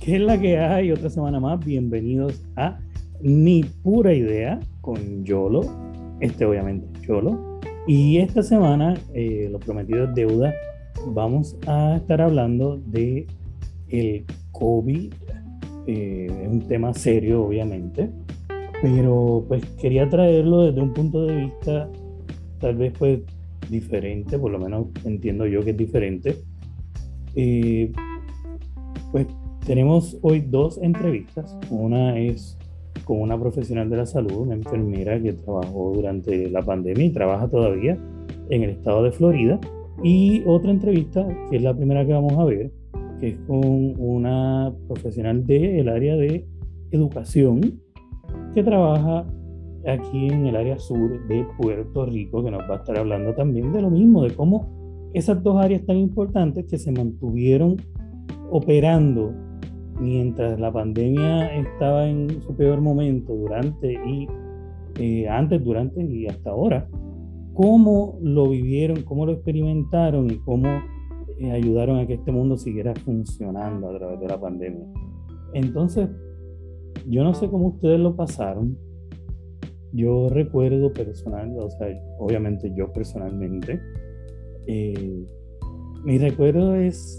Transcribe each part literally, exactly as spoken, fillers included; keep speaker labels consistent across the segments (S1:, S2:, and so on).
S1: ¿Qué es la que hay? Otra semana más. Bienvenidos a Ni Pura Idea con Yolo. Este obviamente es Yolo. Y esta semana, eh, lo prometido es deuda, vamos a estar hablando de el COVID. Eh, es un tema serio, obviamente, pero pues quería traerlo desde un punto de vista tal vez pues diferente, por lo menos entiendo yo que es diferente. Eh, Pues tenemos hoy dos entrevistas. Una es con una profesional de la salud, una enfermera que trabajó durante la pandemia y trabaja todavía en el estado de Florida. Y otra entrevista, que es la primera que vamos a ver, que es con una profesional del área de educación que trabaja aquí en el área sur de Puerto Rico, que nos va a estar hablando también de lo mismo, de cómo esas dos áreas tan importantes que se mantuvieron operando mientras la pandemia estaba en su peor momento, durante y eh, antes, durante y hasta ahora, cómo lo vivieron, cómo lo experimentaron y cómo eh, ayudaron a que este mundo siguiera funcionando a través de la pandemia. Entonces, yo no sé cómo ustedes lo pasaron. Yo recuerdo personal, o sea, obviamente yo personalmente, eh, mi recuerdo es,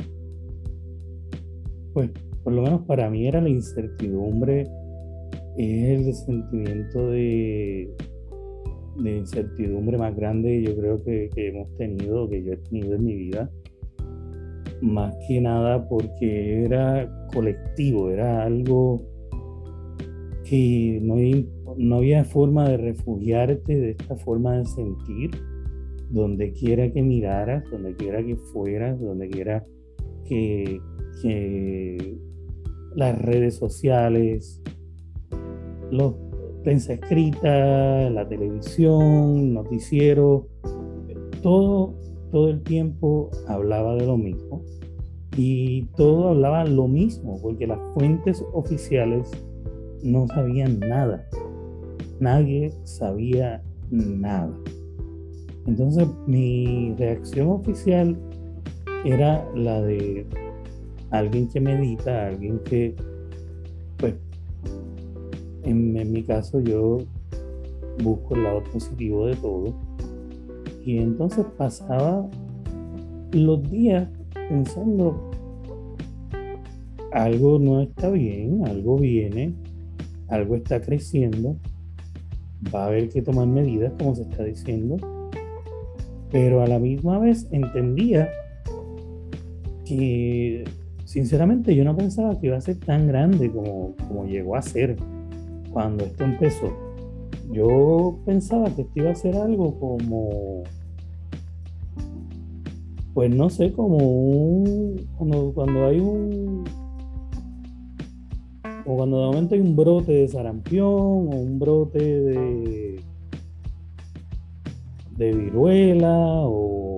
S1: pues, por lo menos para mí era la incertidumbre, es el sentimiento de, de incertidumbre más grande yo creo que, que hemos tenido, que yo he tenido en mi vida, más que nada porque era colectivo, era algo que no, hay- no había forma de refugiarte de esta forma de sentir, donde quiera que miraras, donde quiera que fueras, donde quiera que, que las redes sociales, los prensa escrita, la televisión, noticiero, todo, todo el tiempo hablaba de lo mismo y todo hablaba lo mismo, porque las fuentes oficiales no sabían nada, nadie sabía nada. Entonces mi reacción oficial era la de alguien que medita, alguien que, pues, en, en mi caso yo busco el lado positivo de todo. Y entonces pasaba los días pensando, algo no está bien, algo viene, algo está creciendo, va a haber que tomar medidas, como se está diciendo, pero a la misma vez entendía que sinceramente yo no pensaba que iba a ser tan grande como, como llegó a ser cuando esto empezó. Yo pensaba que esto iba a ser algo como, pues no sé, como un, cuando, cuando hay un, o cuando de momento hay un brote de sarampión o un brote de, de viruela, o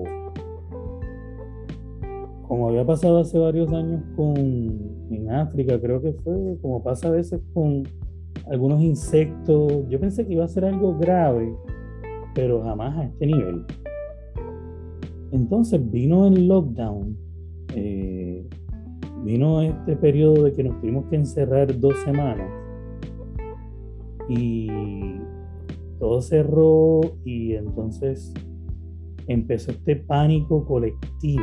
S1: como había pasado hace varios años con, en África, creo que fue, como pasa a veces con algunos insectos. Yo pensé que iba a ser algo grave, pero jamás a este nivel. Entonces vino el lockdown, eh, vino este periodo de que nos tuvimos que encerrar dos semanas y todo cerró, y entonces empezó este pánico colectivo.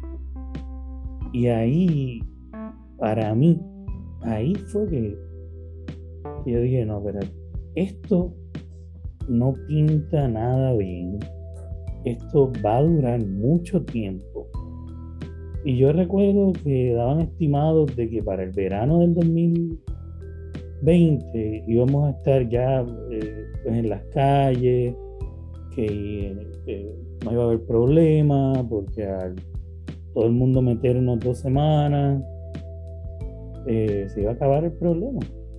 S1: Y ahí, para mí, ahí fue que yo dije, no, pero esto no pinta nada bien, esto va a durar mucho tiempo. Y yo recuerdo que daban estimados de que para el verano del dos mil veinte íbamos a estar ya eh, pues en las calles, que, que no iba a haber problema, porque al todo el mundo meternos dos semanas, eh, se iba a acabar el problema.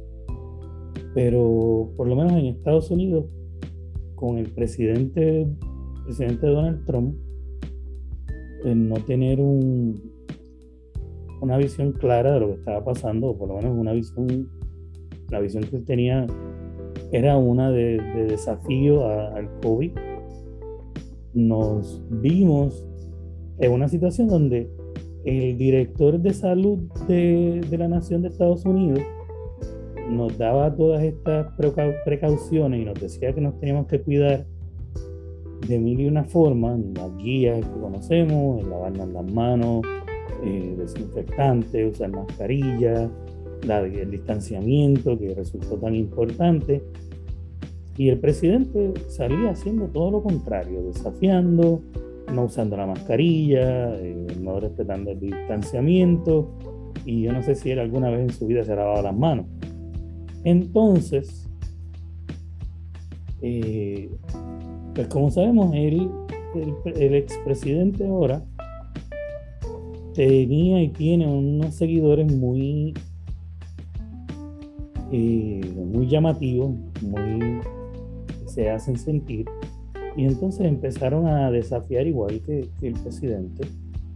S1: Pero por lo menos en Estados Unidos, con el presidente, presidente Donald Trump, el no tener un, una visión clara de lo que estaba pasando, o por lo menos una visión, la visión que él tenía era una de, de desafío a, al COVID, nos vimos en una situación donde el director de salud de, de la Nación de Estados Unidos nos daba todas estas precau- precauciones y nos decía que nos teníamos que cuidar de mil y una formas, las guías que conocemos, el lavarnos las manos, eh, desinfectante, usar mascarilla, la, el distanciamiento que resultó tan importante. Y el presidente salía haciendo todo lo contrario, desafiando, no usando la mascarilla, eh, no respetando el distanciamiento, y yo no sé si él alguna vez en su vida se ha lavado las manos. Entonces, eh, pues como sabemos, él, el, el expresidente ahora tenía y tiene unos seguidores muy, eh, muy llamativos, muy se hacen sentir, y entonces empezaron a desafiar igual que, que el presidente,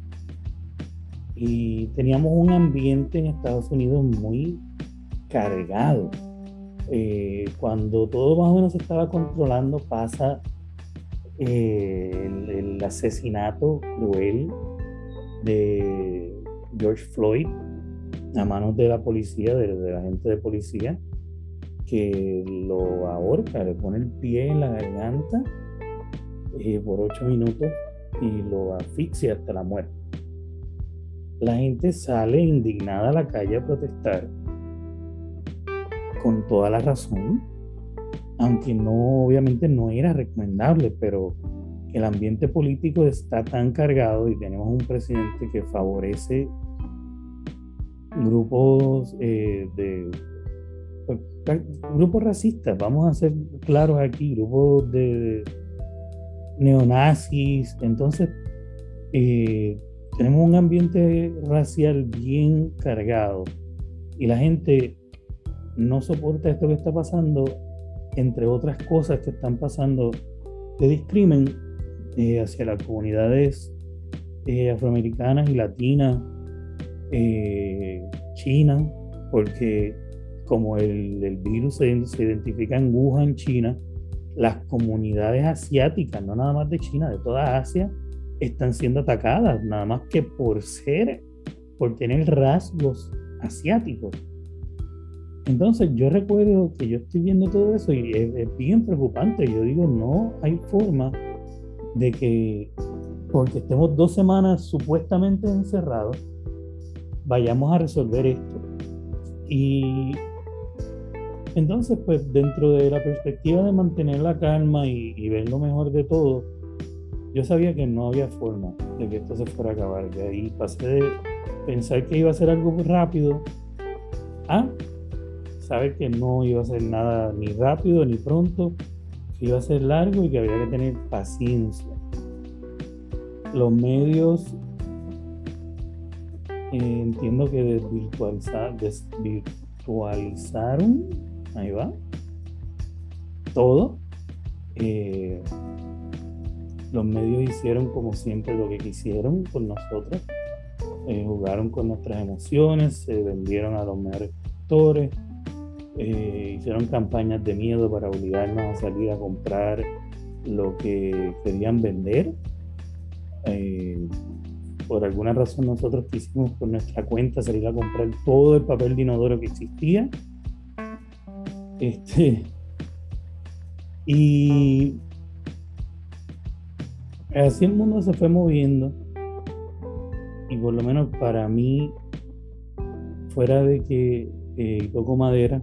S1: y teníamos un ambiente en Estados Unidos muy cargado. Eh, cuando todo más o menos se estaba controlando, pasa eh, el, el asesinato cruel de George Floyd a manos de la policía, de, de la gente de policía, que lo ahorca, le pone el pie en la garganta eh, por ocho minutos y lo asfixia hasta la muerte. La gente sale indignada a la calle a protestar con toda la razón, aunque no, obviamente no era recomendable, pero el ambiente político está tan cargado y tenemos un presidente que favorece grupos eh, de pues, grupos racistas, vamos a ser claros aquí, grupos de neonazis. Entonces eh, tenemos un ambiente racial bien cargado y la gente no soporta esto que está pasando, entre otras cosas que están pasando de discrimen eh, hacia las comunidades eh, afroamericanas y latinas, eh, China, porque como el, el virus se, se identifica en Wuhan, China, las comunidades asiáticas, no nada más de China, de toda Asia, están siendo atacadas, nada más que por ser, por tener rasgos asiáticos. Entonces yo recuerdo que yo estoy viendo todo eso y es, es bien preocupante. Yo digo, no hay forma de que, porque estemos dos semanas supuestamente encerrados, vayamos a resolver esto. Y entonces, pues dentro de la perspectiva de mantener la calma y, y ver lo mejor de todo, yo sabía que no había forma de que esto se fuera a acabar. De ahí pasé de pensar que iba a ser algo rápido a saber que no iba a ser nada ni rápido ni pronto, que iba a ser largo y que había que tener paciencia. Los medios eh, entiendo que desvirtualiza, desvirtualizaron, ahí va, todo. Eh, los medios hicieron como siempre lo que quisieron con nosotros, eh, jugaron con nuestras emociones, se vendieron a los mejores actores. Eh, hicieron campañas de miedo para obligarnos a salir a comprar lo que querían vender. Eh, por alguna razón nosotros quisimos por nuestra cuenta salir a comprar todo el papel de inodoro que existía. Este, y así el mundo se fue moviendo. Y por lo menos para mí, fuera de que eh, toco madera,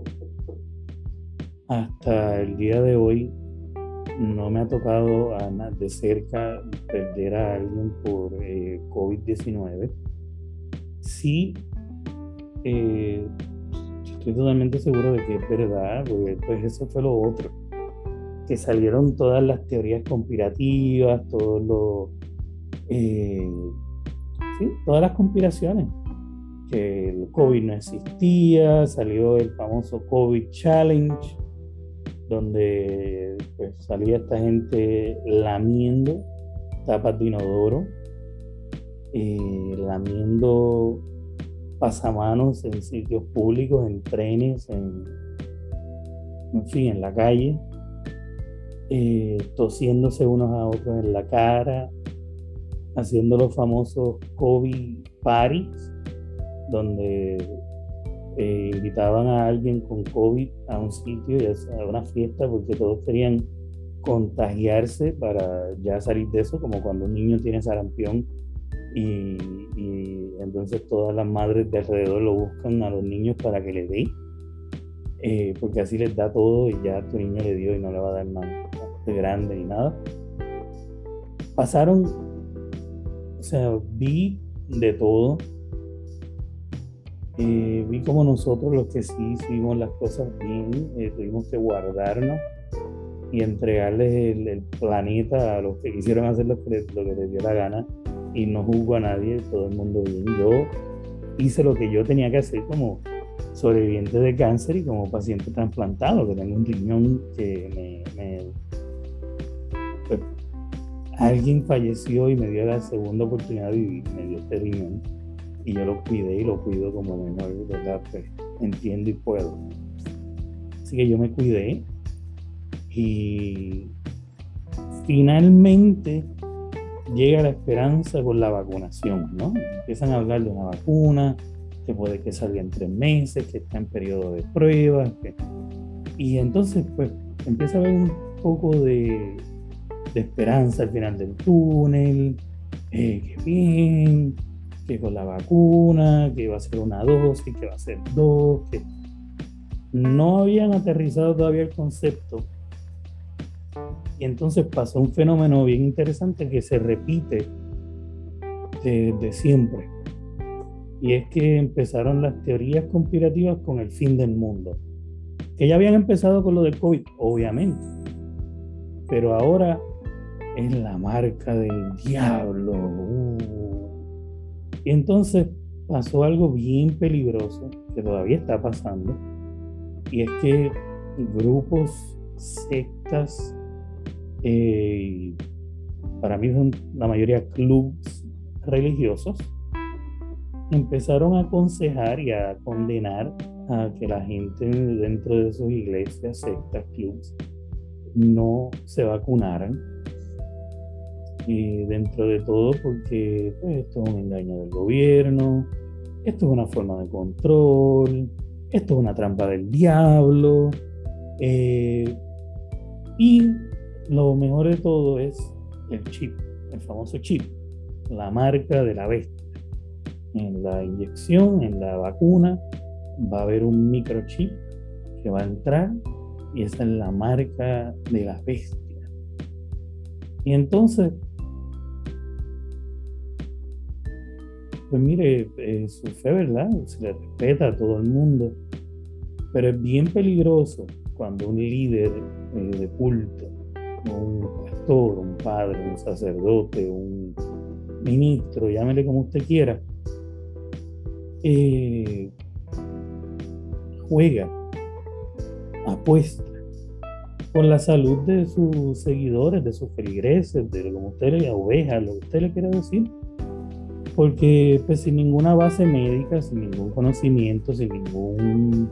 S1: hasta el día de hoy no me ha tocado a, de cerca perder a alguien por eh, COVID diecinueve. Sí, eh, estoy totalmente seguro de que es verdad, porque pues eso fue lo otro, que salieron todas las teorías conspirativas, todos los, eh, sí, todas las conspiraciones, que el COVID no existía, salió el famoso COVID Challenge, donde pues, salía esta gente lamiendo tapas de inodoro, eh, lamiendo pasamanos en sitios públicos, en trenes, en, en fin, en la calle, eh, tosiéndose unos a otros en la cara. haciendo los famosos COVID parties, donde eh, invitaban a alguien con COVID a un sitio y a una fiesta porque todos querían contagiarse para ya salir de eso, como cuando un niño tiene sarampión y, y entonces todas las madres de alrededor lo buscan a los niños para que le dé, eh, porque así les da todo y ya tu niño le dio y no le va a dar más de grande ni nada. Pasaron, o sea, vi de todo. Eh, vi como nosotros los que sí hicimos las cosas bien, eh, tuvimos que guardarnos y entregarles el, el planeta a los que quisieron hacer lo que, les, lo que les dio la gana, y no juzgo a nadie, todo el mundo bien. Yo hice lo que yo tenía que hacer como sobreviviente de cáncer y como paciente trasplantado, que tengo un riñón que me, me pues, alguien falleció y me dio la segunda oportunidad de vivir, me dio este riñón y yo lo cuidé y lo cuido como menor, ¿verdad? Pues entiendo y puedo. Así que yo me cuidé y finalmente llega la esperanza con la vacunación, ¿no? Empiezan a hablar de una vacuna que puede que salga en tres meses, que está en periodo de pruebas, que... y entonces pues empieza a haber un poco de, de esperanza al final del túnel, eh, que bien, que con la vacuna, que va a ser una dosis, que va a ser dos, que no habían aterrizado todavía el concepto. Y entonces pasó un fenómeno bien interesante que se repite desde siempre. Y es que empezaron las teorías conspirativas con el fin del mundo. Que ya habían empezado con lo del COVID, obviamente. Pero ahora es la marca del diablo. Uh. Y entonces pasó algo bien peligroso que todavía está pasando. Y es que grupos, sectas, eh, para mí son la mayoría clubs religiosos, empezaron a aconsejar y a condenar a que la gente dentro de sus iglesias, sectas, clubs, no se vacunaran. Y dentro de todo porque pues, esto es un engaño del gobierno, esto es una forma de control, esto es una trampa del diablo, eh, y lo mejor de todo es el chip, el famoso chip, la marca de la bestia. En la inyección, en la vacuna, va a haber un microchip que va a entrar y esa es la marca de la bestia. Y entonces, pues mire, eh, su fe, ¿verdad? Se le respeta a todo el mundo, pero es bien peligroso cuando un líder eh, de culto, un pastor, un padre, un sacerdote, un ministro, llámele como usted quiera, eh, juega, apuesta por la salud de sus seguidores, de sus feligreses, de como usted le ovejas, lo que usted le quiera decir, porque pues sin ninguna base médica, sin ningún conocimiento, sin ningún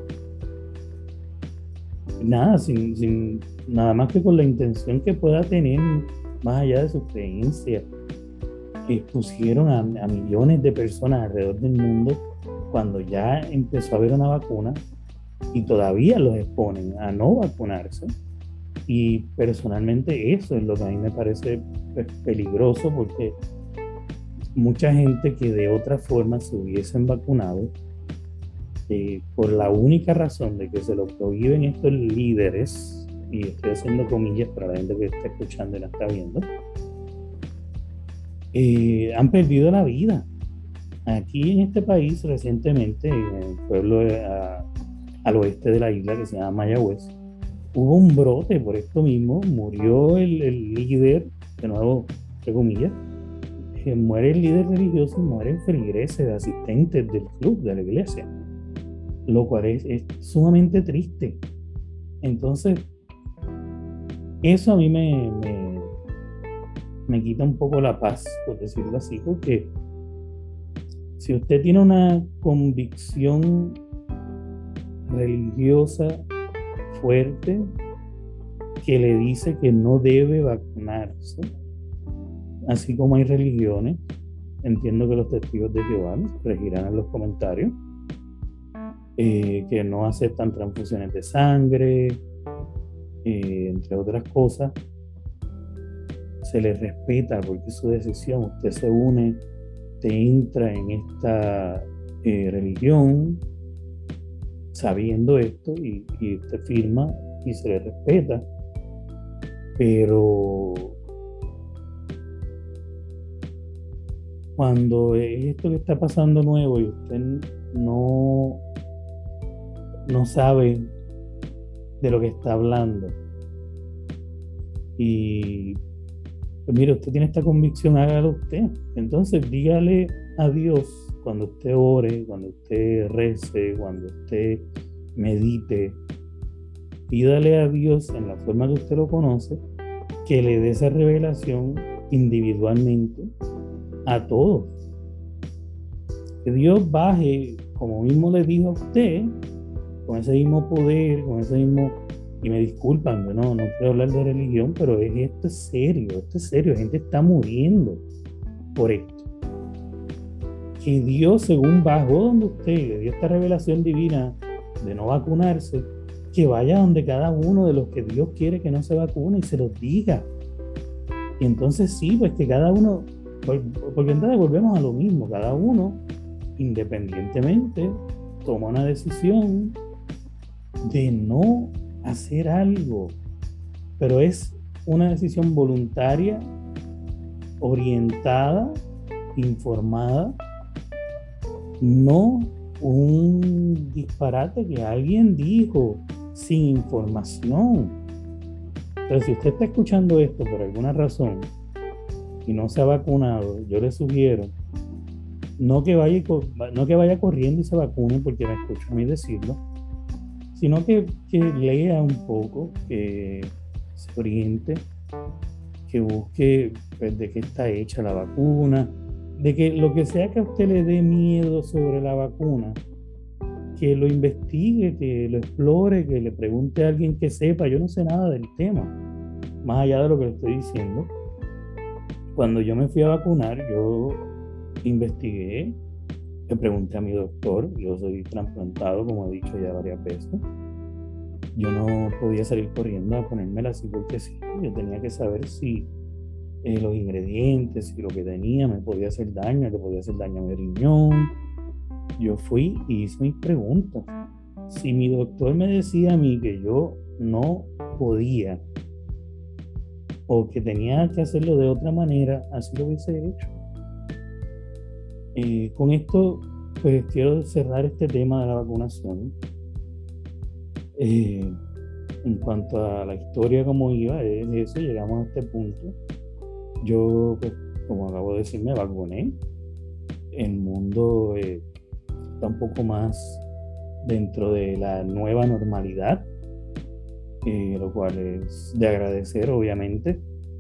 S1: nada, sin, sin nada más que con la intención que pueda tener más allá de su creencia, que expusieron a, a millones de personas alrededor del mundo cuando ya empezó a haber una vacuna y todavía los exponen a no vacunarse. Y personalmente eso es lo que a mí me parece pues, peligroso, porque mucha gente que de otra forma se hubiesen vacunado, eh, por la única razón de que se lo prohíben estos líderes, y estoy haciendo comillas para la gente que está escuchando y la está viendo, eh, han perdido la vida. Aquí en este país recientemente, en el pueblo a, al oeste de la isla que se llama Mayagüez, hubo un brote por esto mismo, murió el, el líder, de nuevo, entre comillas, eh, muere el líder religioso y mueren feligreses, asistentes del club, de la iglesia, lo cual es, es sumamente triste. Entonces, eso a mí me, me, me quita un poco la paz, por decirlo así, porque si usted tiene una convicción religiosa fuerte que le dice que no debe vacunarse, así como hay religiones, entiendo que los testigos de Jehová nos corregirán en los comentarios, eh, que no aceptan transfusiones de sangre, eh, entre otras cosas. Se les respeta porque es su decisión. Usted se une, te entra en esta eh, religión sabiendo esto y, y usted firma y se le respeta. Pero cuando es esto que está pasando nuevo y usted no, no sabe de lo que está hablando, y pues mire, usted tiene esta convicción, hágalo usted. Entonces dígale a Dios cuando usted ore, cuando usted rece, cuando usted medite, pídale a Dios en la forma que usted lo conoce, que le dé esa revelación individualmente a todos. Que Dios baje, como mismo le dijo a usted, con ese mismo poder, con ese mismo... Y me disculpan, yo no, no quiero hablar de religión, pero es, esto es serio, esto es serio, la gente está muriendo por esto. Que Dios, según bajó donde usted le dio esta revelación divina de no vacunarse, que vaya donde cada uno de los que Dios quiere que no se vacune y se los diga. Y entonces sí, pues que cada uno, porque entonces volvemos a lo mismo, cada uno independientemente toma una decisión de no hacer algo, pero es una decisión voluntaria, orientada, informada, no un disparate que alguien dijo sin información. Entonces, si usted está escuchando esto por alguna razón y no se ha vacunado, yo le sugiero no que vaya, no que vaya corriendo y se vacune porque me escucho a mí decirlo, sino que, que lea un poco, que se oriente, que busque pues, de qué está hecha la vacuna, de que lo que sea que a usted le dé miedo sobre la vacuna, que lo investigue, que lo explore, que le pregunte a alguien que sepa. Yo no sé nada del tema, más allá de lo que le estoy diciendo. Cuando yo me fui a vacunar, yo investigué, le pregunté a mi doctor, yo soy trasplantado, como he dicho ya varias veces. Yo no podía salir corriendo a ponérmela así porque sí, yo tenía que saber si eh, los ingredientes, si lo que tenía me podía hacer daño, le podía hacer daño a mi riñón. Yo fui y hice mis preguntas. Si mi doctor me decía a mí que yo no podía o que tenía que hacerlo de otra manera, así lo hubiese hecho. Eh, con esto, pues quiero cerrar este tema de la vacunación. Eh, en cuanto a la historia, como iba, es eso, llegamos a este punto. Yo, pues, como acabo de decir, me vacuné. El mundo eh, está un poco más dentro de la nueva normalidad, eh, lo cual es de agradecer, obviamente.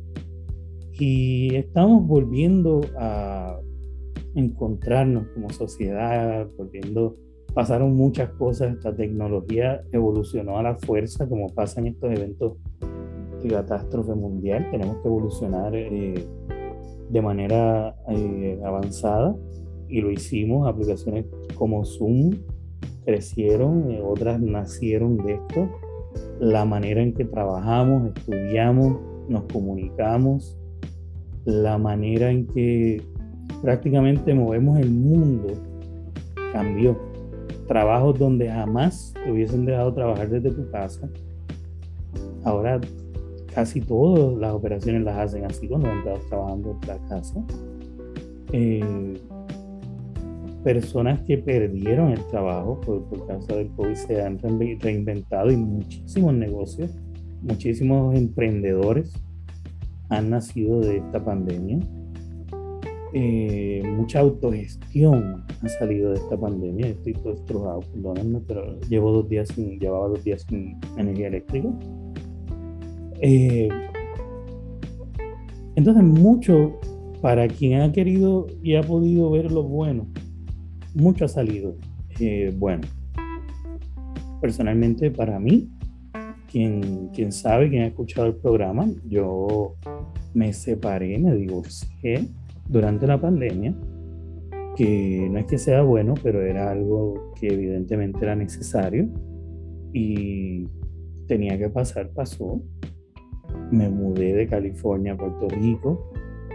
S1: Y estamos volviendo a encontrarnos como sociedad, volviendo, pasaron muchas cosas, esta tecnología evolucionó a la fuerza, como pasa en estos eventos de catástrofe mundial. Tenemos que evolucionar eh, de manera eh, avanzada, y lo hicimos. Aplicaciones como Zoom crecieron, eh, otras nacieron de esto. La manera en que trabajamos, estudiamos, nos comunicamos, la manera en que prácticamente movemos el mundo cambió. Trabajos donde jamás te hubiesen dejado trabajar desde tu casa, ahora casi todas las operaciones las hacen así cuando estás trabajando en la casa. Eh, personas que perdieron el trabajo por, por causa del COVID se han reinventado, y muchísimos negocios, muchísimos emprendedores han nacido de esta pandemia. Eh, mucha autogestión ha salido de esta pandemia. Estoy todo estrujado, perdónenme, pero llevo dos días sin, llevaba dos días sin energía eléctrica. Eh, entonces, mucho, para quien ha querido y ha podido ver lo bueno, mucho ha salido eh, bueno. Personalmente, para mí, quien, quien sabe, quien ha escuchado el programa, yo me separé, me divorcié durante la pandemia, que no es que sea bueno, pero era algo que evidentemente era necesario y tenía que pasar, pasó. Me mudé de California a Puerto Rico.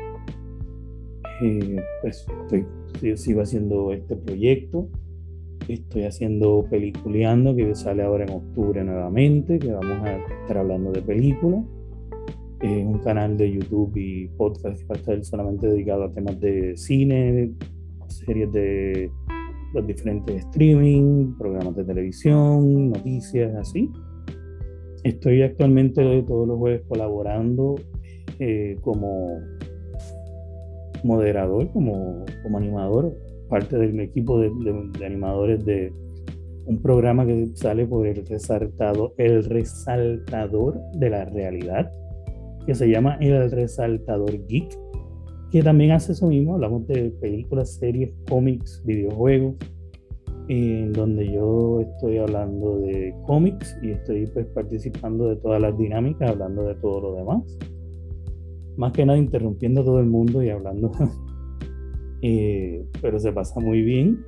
S1: Eh, pues estoy, estoy- sigo haciendo este proyecto. Estoy haciendo Peliculeando, que sale ahora en octubre nuevamente, que vamos a estar hablando de películas. Es un canal de YouTube y podcast que va a estar solamente dedicado a temas de cine, series de los diferentes streaming, programas de televisión, noticias, así. Estoy actualmente todos los jueves colaborando eh, como moderador, como, como animador, parte del equipo de, de- de animadores de un programa que sale por el resaltado, el resaltador de la realidad, que se llama El Resaltador Geek, que también hace eso mismo. Hablamos de películas, series, cómics, videojuegos, en donde yo estoy hablando de cómics y estoy pues participando de todas las dinámicas, hablando de todo lo demás. Más que nada interrumpiendo a todo el mundo y hablando, eh, pero se pasa muy bien.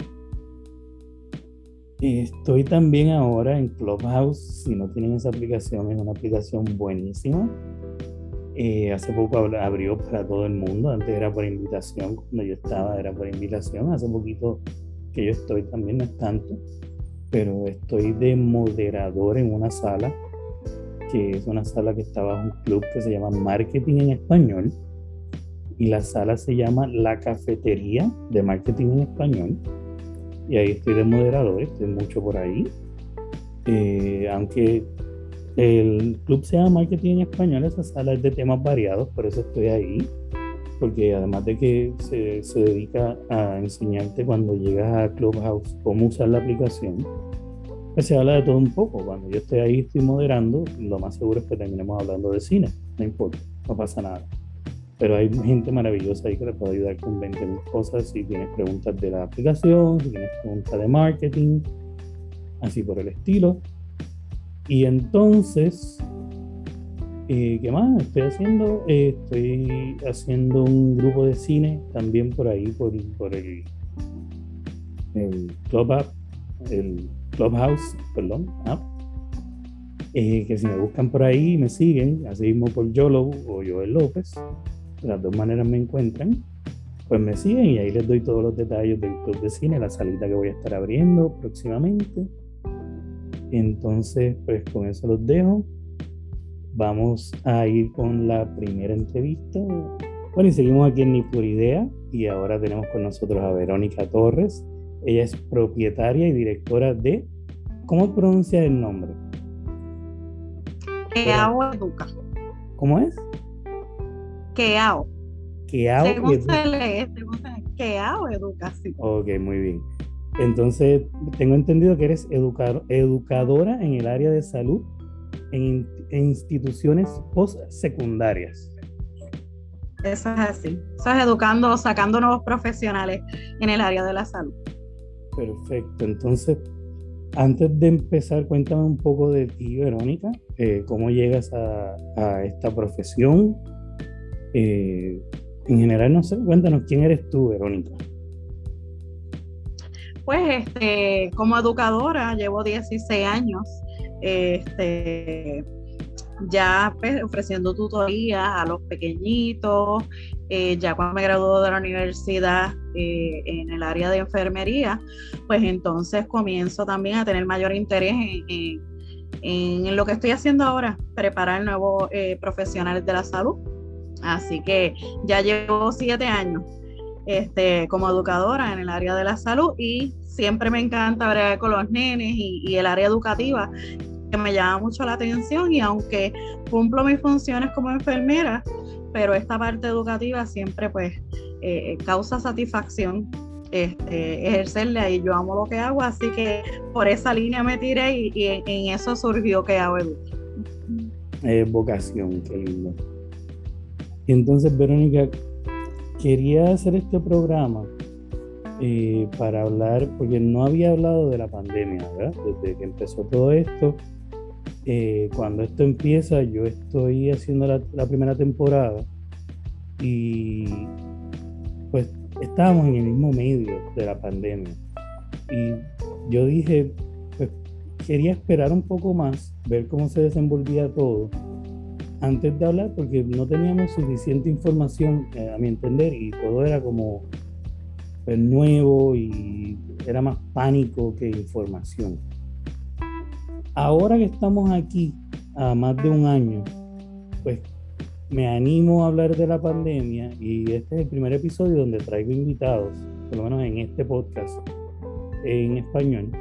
S1: Estoy también ahora en Clubhouse. Si no tienen esa aplicación, es una aplicación buenísima. Eh, hace poco abri- abrió para todo el mundo. Antes era por invitación, cuando yo estaba era por invitación. Hace poquito que yo estoy también no es tanto, pero estoy de moderador en una sala, que es una sala que está bajo un club que se llama Marketing en Español. Y la sala se llama La Cafetería de Marketing en Español. Y ahí estoy de moderador, estoy mucho por ahí. Eh, aunque el club se llama Marketing en Español, esa sala es de temas variados, por eso estoy ahí. Porque además de que se, se dedica a enseñarte cuando llegas a Clubhouse cómo usar la aplicación, pues se habla de todo un poco. Cuando yo estoy ahí, estoy moderando, lo más seguro es que terminemos hablando de cine, no importa, no pasa nada. Pero hay gente maravillosa ahí que te puede ayudar con veinte mil cosas. Si tienes preguntas de la aplicación, si tienes preguntas de marketing, así por el estilo. Y entonces, eh, ¿qué más estoy haciendo? Eh, estoy haciendo un grupo de cine también por ahí, por, por el, el Club App, el Clubhouse, perdón, app. Eh, que si me buscan por ahí, me siguen, así mismo por Yolo o Joel López, de las dos maneras me encuentran, pues me siguen y ahí les doy todos los detalles del club de cine, la salita que voy a estar abriendo próximamente. Entonces, pues con eso los dejo. Vamos a ir con la primera entrevista. Bueno, y seguimos aquí en Ni Por Idea y ahora tenemos con nosotros a Verónica Torres. Ella es propietaria y directora de... ¿Cómo pronuncia el nombre?
S2: Keao Educa.
S1: ¿Cómo es?
S2: Keao.
S1: Keao
S2: según
S1: Educa.
S2: se lee, según se lee, Keao Educa, sí.
S1: Ok, muy bien. Entonces, tengo entendido que eres educador, educadora en el área de salud en, en instituciones postsecundarias.
S2: Eso es así. Eso es educando, sacando nuevos profesionales en el área de la salud.
S1: Perfecto. Entonces, antes de empezar, cuéntame un poco de ti, Verónica. Eh, ¿cómo llegas a, a esta profesión? Eh, en general, no sé, cuéntanos quién eres tú, Verónica.
S2: Pues este, como educadora llevo dieciséis años este, ya pues, ofreciendo tutorías a los pequeñitos. Eh, ya cuando me gradué de la universidad eh, en el área de enfermería, pues entonces comienzo también a tener mayor interés en, en, en lo que estoy haciendo ahora, preparar nuevos eh, profesionales de la salud. Así que ya llevo siete años Este, como educadora en el área de la salud y siempre me encanta bregar con los nenes y, y el área educativa, que me llama mucho la atención, y aunque cumplo mis funciones como enfermera, pero esta parte educativa siempre pues eh, causa satisfacción este, ejercerle ahí. Yo amo lo que hago, así que por esa línea me tiré y, y en, en eso surgió Keao Educa.
S1: Eh, vocación, qué lindo. Y entonces, Verónica, quería hacer este programa eh, para hablar, porque no había hablado de la pandemia, ¿verdad? Desde que empezó todo esto. Eh, cuando esto empieza, yo estoy haciendo la, la primera temporada y pues estábamos en el mismo medio de la pandemia. Y yo dije, pues quería esperar un poco más, ver cómo se desenvolvía todo antes de hablar, porque no teníamos suficiente información, eh, a mi entender, y todo era como pues, nuevo y era más pánico que información. Ahora que estamos aquí a más de un año, pues me animo a hablar de la pandemia y este es el primer episodio donde traigo invitados, por lo menos en este podcast en español.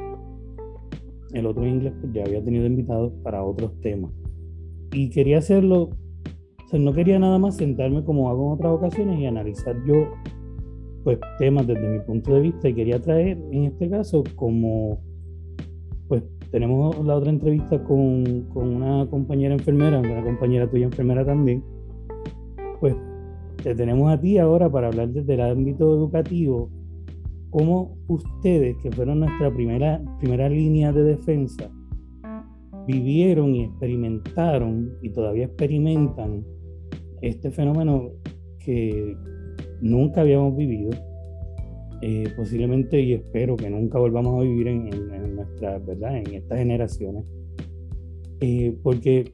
S1: El otro en inglés pues ya había tenido invitados para otros temas. Y quería hacerlo, o sea, no quería nada más sentarme como hago en otras ocasiones y analizar yo pues temas desde mi punto de vista, y quería traer en este caso como pues tenemos la otra entrevista con, con una compañera enfermera, una compañera tuya enfermera también, pues te tenemos a ti ahora para hablar desde el ámbito educativo, cómo ustedes, que fueron nuestra primera, primera línea de defensa, vivieron y experimentaron y todavía experimentan este fenómeno que nunca habíamos vivido, eh, posiblemente, y espero que nunca volvamos a vivir en, en, en nuestra, ¿verdad? En estas generaciones, eh, porque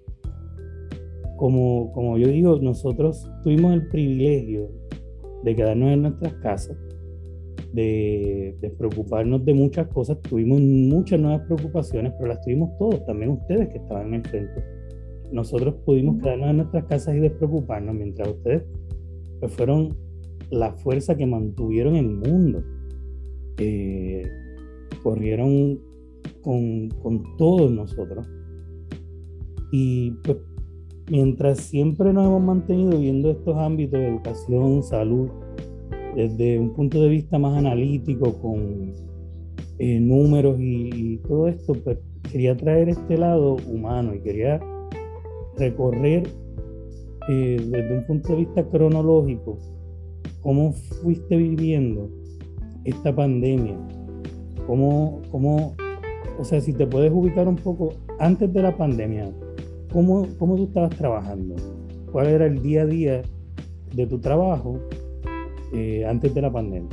S1: como, como yo digo, nosotros tuvimos el privilegio de quedarnos en nuestras casas, de despreocuparnos de muchas cosas. Tuvimos muchas nuevas preocupaciones, pero las tuvimos todos, también ustedes que estaban en el frente. Nosotros pudimos quedarnos en nuestras casas y despreocuparnos, mientras ustedes pues, fueron la fuerza que mantuvieron el mundo. Eh, corrieron con, con todos nosotros. Y pues mientras siempre nos hemos mantenido viendo estos ámbitos de educación, salud, desde un punto de vista más analítico, con eh, números y, y todo esto, pues quería traer este lado humano y quería recorrer eh, desde un punto de vista cronológico cómo fuiste viviendo esta pandemia, cómo, cómo, o sea, si te puedes ubicar un poco antes de la pandemia, cómo, cómo tú estabas trabajando, cuál era el día a día de tu trabajo eh, antes de la pandemia.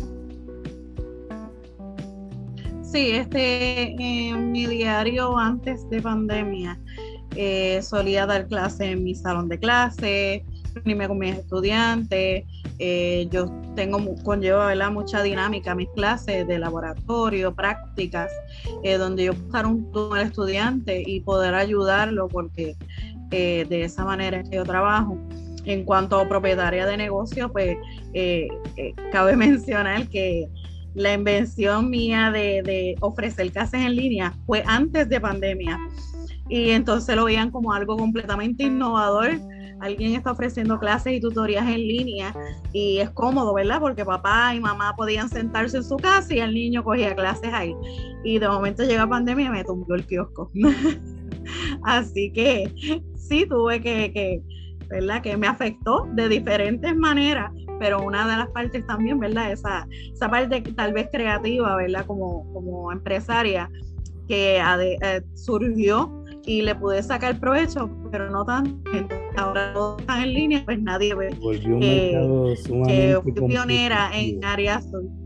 S2: Sí, este, en mi diario antes de pandemia, eh, solía dar clases en mi salón de clases, reunirme con mis estudiantes. Eh, yo tengo, conlleva, ¿verdad?, mucha dinámica mis clases de laboratorio, prácticas, eh, donde yo buscar un turno al estudiante y poder ayudarlo, porque eh, de esa manera es que yo trabajo. En cuanto a propietaria de negocio, pues eh, eh, cabe mencionar que la invención mía de, de ofrecer clases en línea fue antes de pandemia, y entonces lo veían como algo completamente innovador. Alguien está ofreciendo clases y tutorías en línea y es cómodo, ¿verdad? Porque papá y mamá podían sentarse en su casa y el niño cogía clases ahí. Y de momento llega pandemia y me tumbó el kiosco. Así que sí, tuve que, que, ¿verdad?, que me afectó de diferentes maneras, pero una de las partes también, ¿verdad?, esa, esa parte tal vez creativa, ¿verdad?, como, como empresaria, que ade, eh, surgió y le pude sacar provecho, pero no tanto. Ahora todo está en línea, pues nadie ve
S1: Volvió un
S2: eh,
S1: mercado sumamente
S2: que fui pionera en áreas.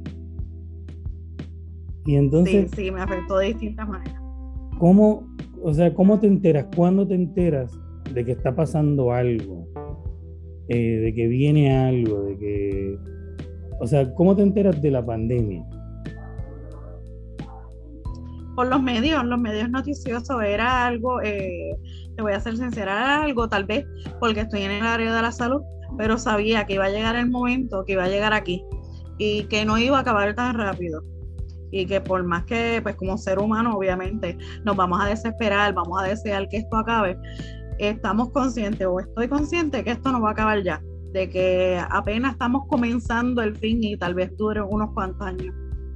S1: Y entonces,
S2: sí, sí, me afectó de distintas maneras.
S1: ¿Cómo, o sea, cómo te enteras? ¿Cuándo te enteras de que está pasando algo? Eh, de que viene algo, de que... O sea, ¿cómo te enteras de la pandemia?
S2: Por los medios, los medios noticiosos. Era algo, eh, te voy a ser sincera, era algo tal vez porque estoy en el área de la salud, pero sabía que iba a llegar el momento, que iba a llegar aquí y que no iba a acabar tan rápido. Y que por más que, pues como ser humano, obviamente, nos vamos a desesperar, vamos a desear que esto acabe, estamos conscientes, o estoy consciente, que esto no va a acabar ya, de que apenas estamos comenzando el fin y tal vez dure unos cuantos años.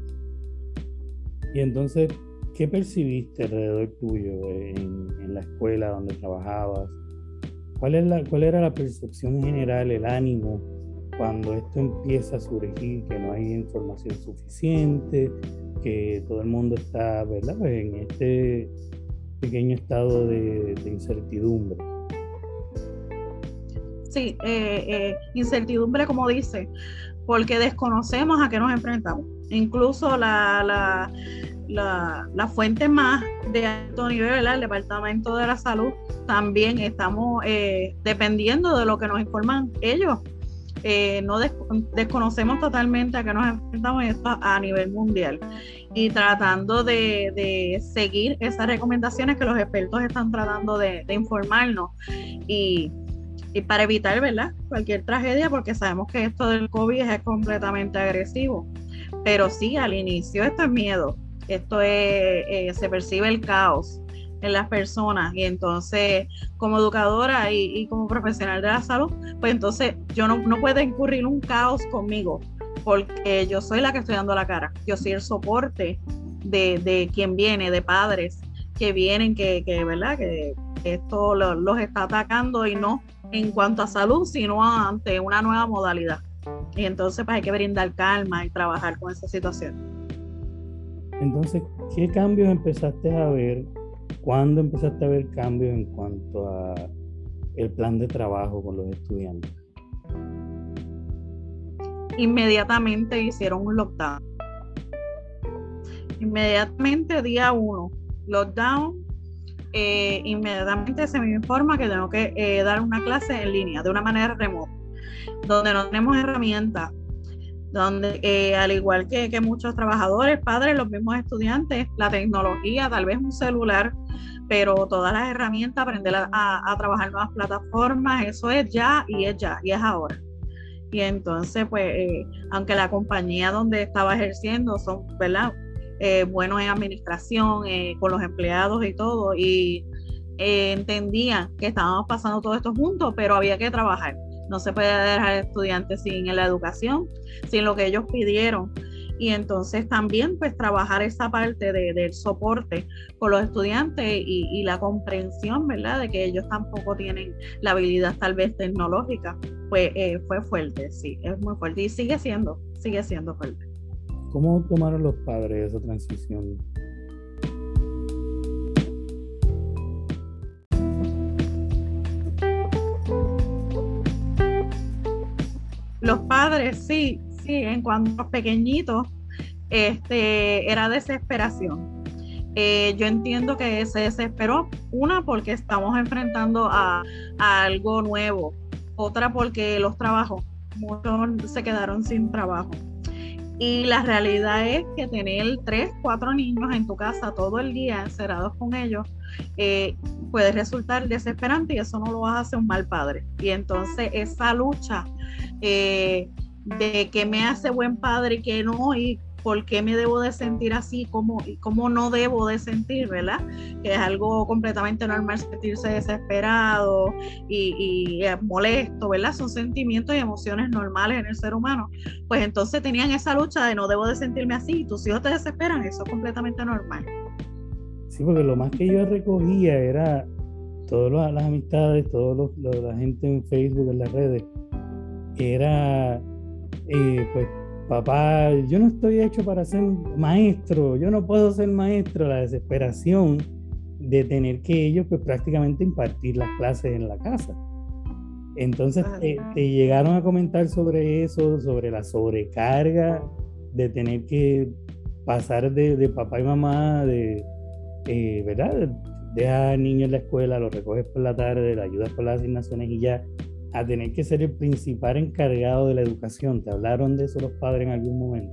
S1: Y entonces, ¿qué percibiste alrededor tuyo en, en la escuela donde trabajabas? ¿Cuál, es la, ¿Cuál era la percepción general, el ánimo, cuando esto empieza a surgir, que no hay información suficiente, que todo el mundo está, ¿verdad?, pues en este pequeño estado de, de incertidumbre?
S2: sí, eh, eh, incertidumbre, como dice, porque desconocemos a qué nos enfrentamos. Incluso la, la, la, la fuente más de alto nivel, ¿verdad? El Departamento de la Salud, también estamos eh, dependiendo de lo que nos informan ellos. Eh, no des- desconocemos totalmente a qué nos enfrentamos esto a, a nivel mundial y tratando de, de seguir esas recomendaciones que los expertos están tratando de, de informarnos y, y para evitar, ¿verdad?, cualquier tragedia, porque sabemos que esto del COVID es completamente agresivo, pero sí, al inicio esto es miedo, esto es, eh, se percibe el caos en las personas y entonces como educadora y, y como profesional de la salud, pues entonces yo no, no puedo incurrir un caos conmigo porque yo soy la que estoy dando la cara, yo soy el soporte de, de quien viene, de padres que vienen, que, que ¿verdad?, que esto lo, los está atacando y no en cuanto a salud, sino ante una nueva modalidad. Y entonces pues hay que brindar calma y trabajar con esa situación.
S1: Entonces, ¿qué cambios empezaste a ver? ¿Cuándo empezaste a ver cambios en cuanto a el plan de trabajo con los estudiantes?
S2: Inmediatamente hicieron un lockdown. Inmediatamente día uno, lockdown, eh, inmediatamente se me informa que tengo que eh, dar una clase en línea de una manera remota, donde no tenemos herramientas, donde eh, al igual que, que muchos trabajadores, padres, los mismos estudiantes, la tecnología, tal vez un celular, pero todas las herramientas, aprender a, a, a trabajar nuevas plataformas, eso es ya y es ya y es ahora. Y entonces, pues, eh, aunque la compañía donde estaba ejerciendo son, ¿verdad?, eh, buenos en administración, eh, con los empleados y todo, y eh, entendían que estábamos pasando todo esto juntos, pero había que trabajar. No se puede dejar estudiantes sin la educación, sin lo que ellos pidieron. Y entonces también pues trabajar esa parte de, del soporte con los estudiantes y, y la comprensión, ¿verdad?, de que ellos tampoco tienen la habilidad tal vez tecnológica, pues eh, fue fuerte, sí, es muy fuerte y sigue siendo, sigue siendo fuerte.
S1: ¿Cómo tomaron los padres esa transición?
S2: Los padres, sí, sí, en cuanto a los pequeñitos, este, era desesperación. Eh, yo entiendo que se desesperó, una porque estamos enfrentando a, a algo nuevo, otra porque los trabajos, muchos se quedaron sin trabajo. Y la realidad es que tener tres, cuatro niños en tu casa todo el día encerrados con ellos eh, puede resultar desesperante y eso no lo hace un mal padre. Y entonces esa lucha eh, de qué me hace buen padre y qué no, y por qué me debo de sentir así, cómo, cómo no debo de sentir, ¿verdad? Que es algo completamente normal sentirse desesperado y, y eh, molesto, ¿verdad? Son sentimientos y emociones normales en el ser humano. Pues entonces tenían esa lucha de no debo de sentirme así, y tus hijos te desesperan, eso es completamente normal.
S1: Sí, porque lo más que yo recogía era todas las amistades, toda la gente en Facebook, en las redes, era, eh, pues, papá, yo no estoy hecho para ser maestro, yo no puedo ser maestro, la desesperación de tener que ellos, pues, prácticamente impartir las clases en la casa. Entonces, te, te llegaron a comentar sobre eso, sobre la sobrecarga de tener que pasar de, de papá y mamá, de, eh, ¿verdad? Dejas al niño en la escuela, lo recoges por la tarde, le ayudas con las asignaciones y ya, a tener que ser el principal encargado de la educación. ¿Te hablaron de eso los padres en algún momento?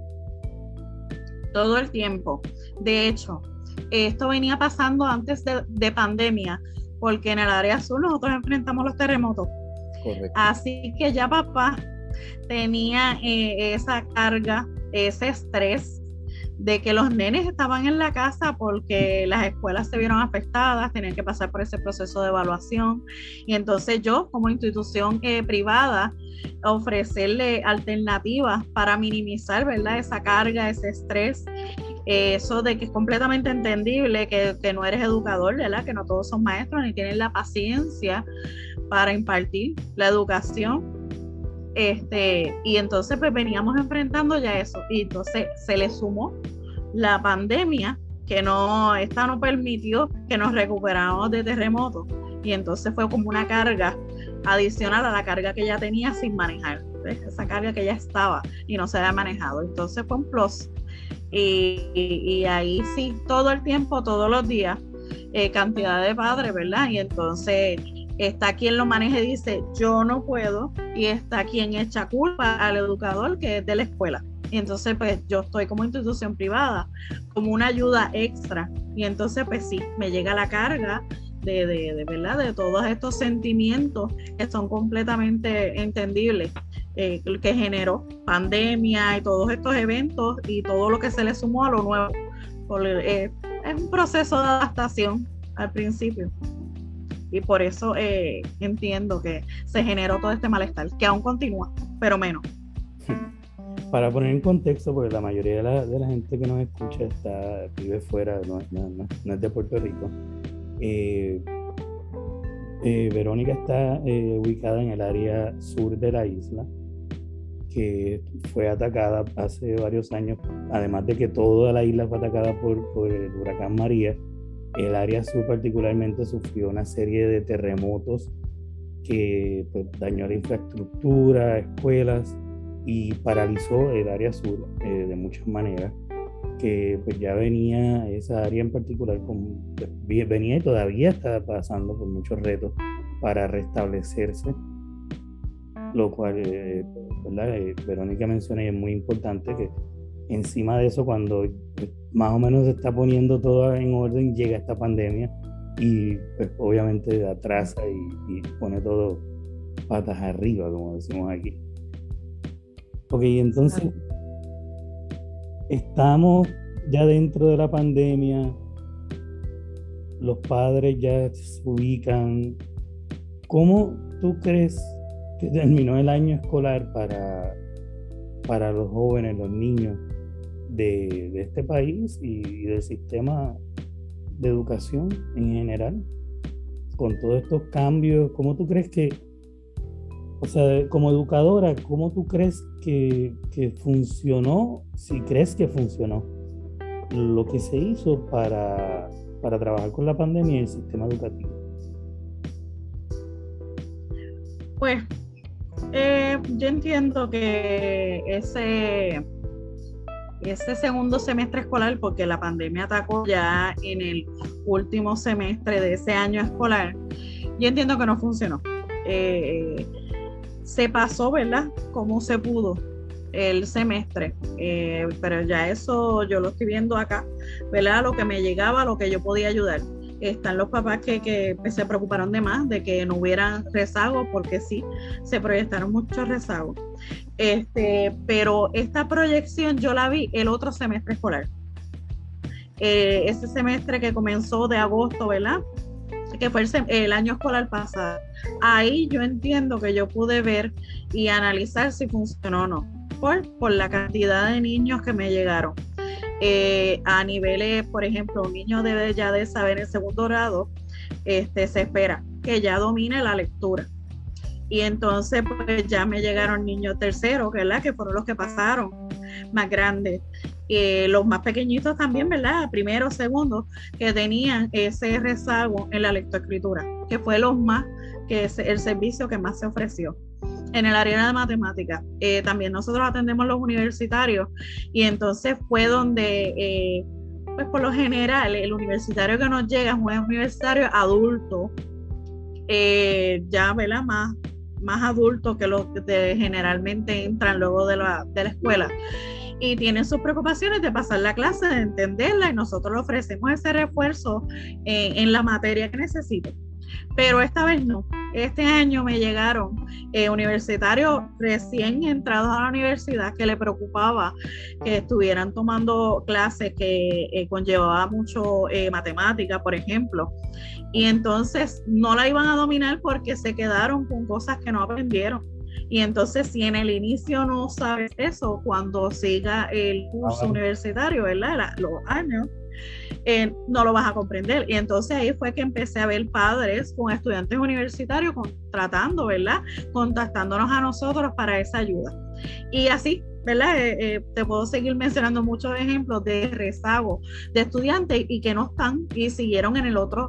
S2: Todo el tiempo. De hecho, esto venía pasando antes de, de pandemia, porque en el área azul nosotros enfrentamos los terremotos.
S1: Correcto.
S2: Así que ya papá tenía eh, esa carga, ese estrés de que los nenes estaban en la casa porque las escuelas se vieron afectadas, tenían que pasar por ese proceso de evaluación. Y entonces yo, como institución eh, privada, ofrecerle alternativas para minimizar, ¿verdad?, esa carga, ese estrés. Eh, eso de que es completamente entendible que, que no eres educador, ¿verdad?, que no todos son maestros ni tienen la paciencia para impartir la educación. Este, y entonces pues veníamos enfrentando ya eso, y entonces se le sumó la pandemia, que no, esta no permitió que nos recuperáramos de terremotos, y entonces fue como una carga adicional a la carga que ya tenía sin manejar, ¿ves? Esa carga que ya estaba y no se había manejado. Entonces fue un plus. Y, y, y ahí sí, todo el tiempo, todos los días, eh, cantidad de padres, ¿verdad? Y entonces está quien lo maneja y dice, yo no puedo, y está quien echa culpa al educador, que es de la escuela. Y entonces pues yo estoy como institución privada, como una ayuda extra, y entonces pues sí, me llega la carga de, de, de verdad, de todos estos sentimientos que son completamente entendibles, eh, que generó pandemia y todos estos eventos y todo lo que se le sumó a lo nuevo. Por, eh, es un proceso de adaptación al principio. Y por eso eh, entiendo que se generó todo este malestar, que aún continúa, pero menos.
S1: Para poner en contexto, porque la mayoría de la, de la gente que nos escucha está, vive fuera, no, no, no, no es de Puerto Rico. Eh, eh, Verónica está eh, ubicada en el área sur de la isla, que fue atacada hace varios años, además de que toda la isla fue atacada por, por el huracán María. El área sur particularmente sufrió una serie de terremotos que pues, dañó la infraestructura, escuelas, y paralizó el área sur eh, de muchas maneras, que pues ya venía esa área en particular, con, venía y todavía está pasando por muchos retos para restablecerse, lo cual, eh, ¿verdad? Eh, Verónica menciona y es muy importante que encima de eso, cuando pues, más o menos se está poniendo todo en orden, llega esta pandemia y pues obviamente atrasa y, y pone todo patas arriba, como decimos aquí. Ok, entonces estamos ya dentro de la pandemia, los padres ya se ubican. ¿Cómo tú crees que terminó el año escolar para, para los jóvenes, los niños de, de este país y, y del sistema de educación en general? Con todos estos cambios, ¿cómo tú crees que, o sea, como educadora, cómo tú crees que, que funcionó, si crees que funcionó, lo que se hizo para, para trabajar con la pandemia y el sistema educativo?
S2: Pues eh, yo entiendo que ese, ese segundo semestre escolar, porque la pandemia atacó ya en el último semestre de ese año escolar, yo entiendo que no funcionó. Eh, se pasó, ¿verdad? Como se pudo el semestre, eh, pero ya eso yo lo estoy viendo acá, ¿verdad? Lo que me llegaba, lo que yo podía ayudar. Están los papás que, que pues, se preocuparon de más, de que no hubieran rezagos, porque sí, se proyectaron muchos rezagos. Este, pero esta proyección yo la vi el otro semestre escolar. Eh, ese semestre que comenzó de agosto, ¿verdad? Que fue el, el año escolar pasado. Ahí yo entiendo que yo pude ver y analizar si funcionó o no, por, por la cantidad de niños que me llegaron. Eh, a niveles, por ejemplo, un niño debe ya de saber en segundo grado, este, se espera que ya domine la lectura. Y entonces pues ya me llegaron niños terceros, ¿verdad? Que fueron los que pasaron, más grandes. Eh, los más pequeñitos también, ¿verdad? Primero, segundo, que tenían ese rezago en la lectoescritura, que fue los más, que es el servicio que más se ofreció. En el área de matemáticas, eh, también nosotros atendemos los universitarios, y entonces fue donde, eh, pues por lo general, el universitario que nos llega es un universitario adulto, eh, ya, ¿verdad? Más, más adulto que los que generalmente entran luego de la, de la escuela. Y tienen sus preocupaciones de pasar la clase, de entenderla, y nosotros le ofrecemos ese refuerzo eh, en la materia que necesiten. Pero esta vez no. Este año me llegaron eh, universitarios recién entrados a la universidad que le preocupaba que estuvieran tomando clases que eh, conllevaba mucho eh, matemática, por ejemplo, y entonces no la iban a dominar porque se quedaron con cosas que no aprendieron. Y entonces si en el inicio no sabes eso, cuando siga el curso ah, universitario, ¿verdad? La, los años, eh, no lo vas a comprender. Y entonces ahí fue que empecé a ver padres con estudiantes universitarios contratando, ¿verdad? Contactándonos a nosotros para esa ayuda. Y así, ¿verdad? Eh, eh, te puedo seguir mencionando muchos ejemplos de rezago de estudiantes y que no están y siguieron en el otro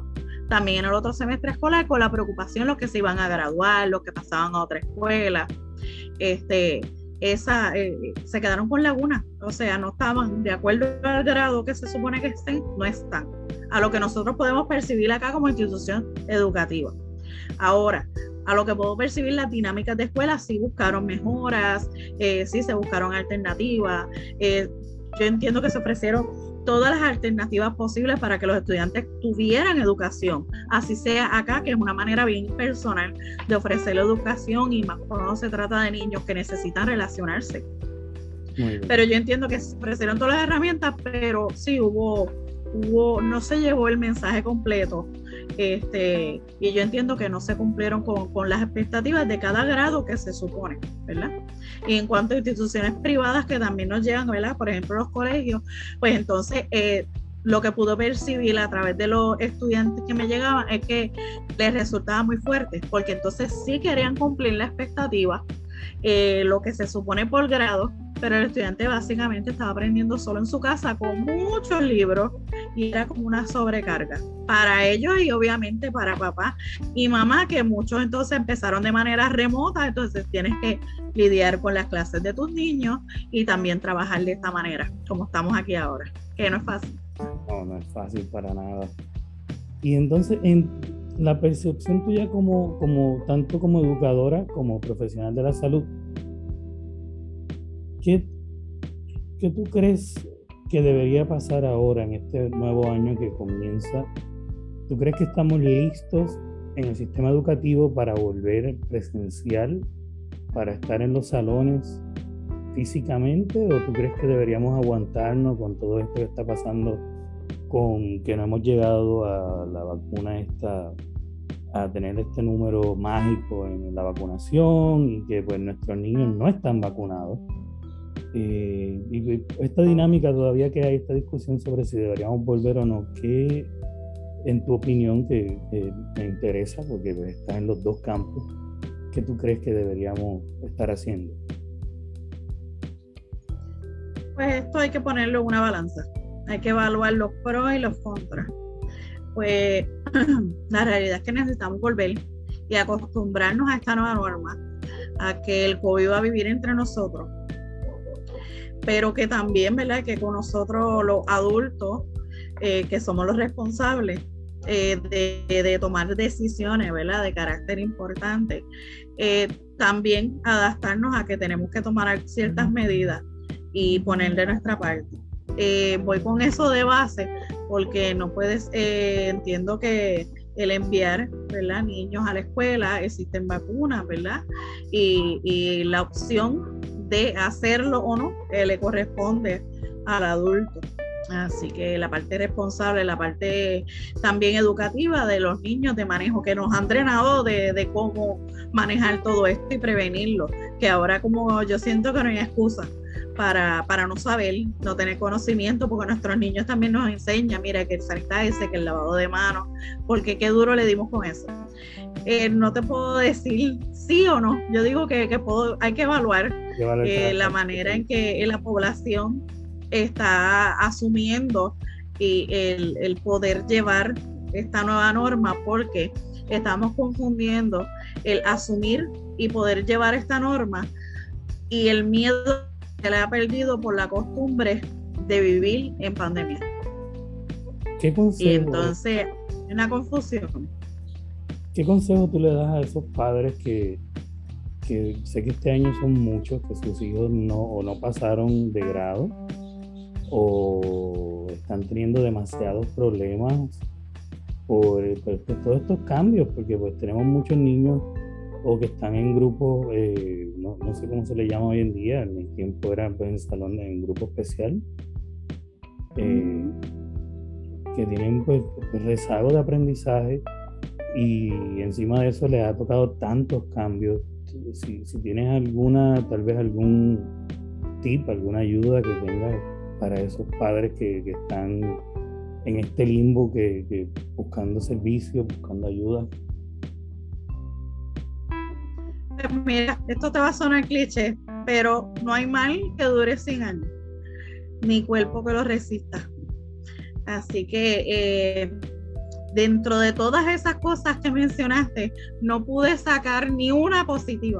S2: también en el otro semestre escolar con la preocupación los que se iban a graduar, los que pasaban a otra escuela, este, esa, eh, se quedaron con lagunas, o sea, no estaban de acuerdo al grado que se supone que estén, no están, a lo que nosotros podemos percibir acá como institución educativa. Ahora, a lo que puedo percibir, las dinámicas de escuela sí buscaron mejoras, eh, sí se buscaron alternativas, eh, yo entiendo que se ofrecieron todas las alternativas posibles para que los estudiantes tuvieran educación, así sea acá, que es una manera bien personal de ofrecer la educación, y más cuando se trata de niños que necesitan relacionarse. Pero yo entiendo que se ofrecieron todas las herramientas, pero sí hubo, hubo no se llevó el mensaje completo, este, y yo entiendo que no se cumplieron con, con las expectativas de cada grado que se supone, ¿verdad? Y en cuanto a instituciones privadas que también nos llegan, ¿verdad? Por ejemplo, los colegios, pues entonces eh, lo que pudo percibir a través de los estudiantes que me llegaban es que les resultaba muy fuerte, porque entonces sí querían cumplir la expectativa, eh, lo que se supone por grado, pero el estudiante básicamente estaba aprendiendo solo en su casa con muchos libros y era como una sobrecarga para ellos y obviamente para papá y mamá, que muchos entonces empezaron de manera remota, entonces tienes que lidiar con las clases de tus niños y también trabajar de esta manera, como estamos aquí ahora, que no es fácil.
S1: No, no es fácil para nada. Y entonces, en la percepción tuya como, como tanto como educadora como profesional de la salud, ¿Qué, ¿Qué tú crees que debería pasar ahora en este nuevo año que comienza? ¿Tú crees que estamos listos en el sistema educativo para volver presencial, para estar en los salones físicamente? ¿O tú crees que deberíamos aguantarnos con todo esto que está pasando, con que no hemos llegado a la vacuna esta, a tener este número mágico en la vacunación y que pues nuestros niños no están vacunados? Eh, y esta dinámica todavía que hay, esta discusión sobre si deberíamos volver o no, ¿qué, en tu opinión, que, que me interesa porque estás en los dos campos, qué tú crees que deberíamos estar haciendo?
S2: Pues esto hay que ponerlo en una balanza, hay que evaluar los pros y los contras. Pues la realidad es que necesitamos volver y acostumbrarnos a esta nueva norma, a que el COVID va a vivir entre nosotros, pero que también, ¿verdad?, que con nosotros los adultos, eh, que somos los responsables eh, de, de tomar decisiones, ¿verdad?, de carácter importante, eh, también adaptarnos a que tenemos que tomar ciertas medidas y poner de nuestra parte. Eh, voy con eso de base porque no puedes, eh, entiendo que el enviar, ¿verdad?, niños a la escuela, existen vacunas, ¿verdad?, y, y la opción de hacerlo o no, eh, le corresponde al adulto. Así que la parte responsable, la parte también educativa de los niños de manejo, que nos han drenado de, de cómo manejar todo esto y prevenirlo, que ahora como yo siento que no hay excusa para, para no saber, no tener conocimiento, porque nuestros niños también nos enseñan, mira, que el sanitizer, que el lavado de manos, porque qué duro le dimos con eso. Eh, no te puedo decir sí o no, yo digo que, que puedo, hay que evaluar eh, la manera en que la población está asumiendo y el, el poder llevar esta nueva norma, porque estamos confundiendo el asumir y poder llevar esta norma y el miedo que le ha perdido por la costumbre de vivir en pandemia.
S1: ¿Qué consejo?
S2: Y entonces, una confusión.
S1: ¿Qué consejo tú le das a esos padres que, que sé que este año son muchos, que sus hijos no, o no pasaron de grado o están teniendo demasiados problemas por, por, por todos estos cambios? Porque pues tenemos muchos niños o que están en grupos, eh, no, no sé cómo se le llama hoy en día, en mi tiempo era pues, en salón, en grupo especial, eh, que tienen pues rezago de aprendizaje. Y encima de eso les ha tocado tantos cambios. Si, si tienes alguna, tal vez algún tip, alguna ayuda que tengas para esos padres que, que están en este limbo, que, que buscando servicios, buscando ayuda.
S2: Mira, esto te va a sonar cliché, pero no hay mal que dure cien años, ni cuerpo que lo resista. Así que eh, dentro de todas esas cosas que mencionaste, no pude sacar ni una positiva.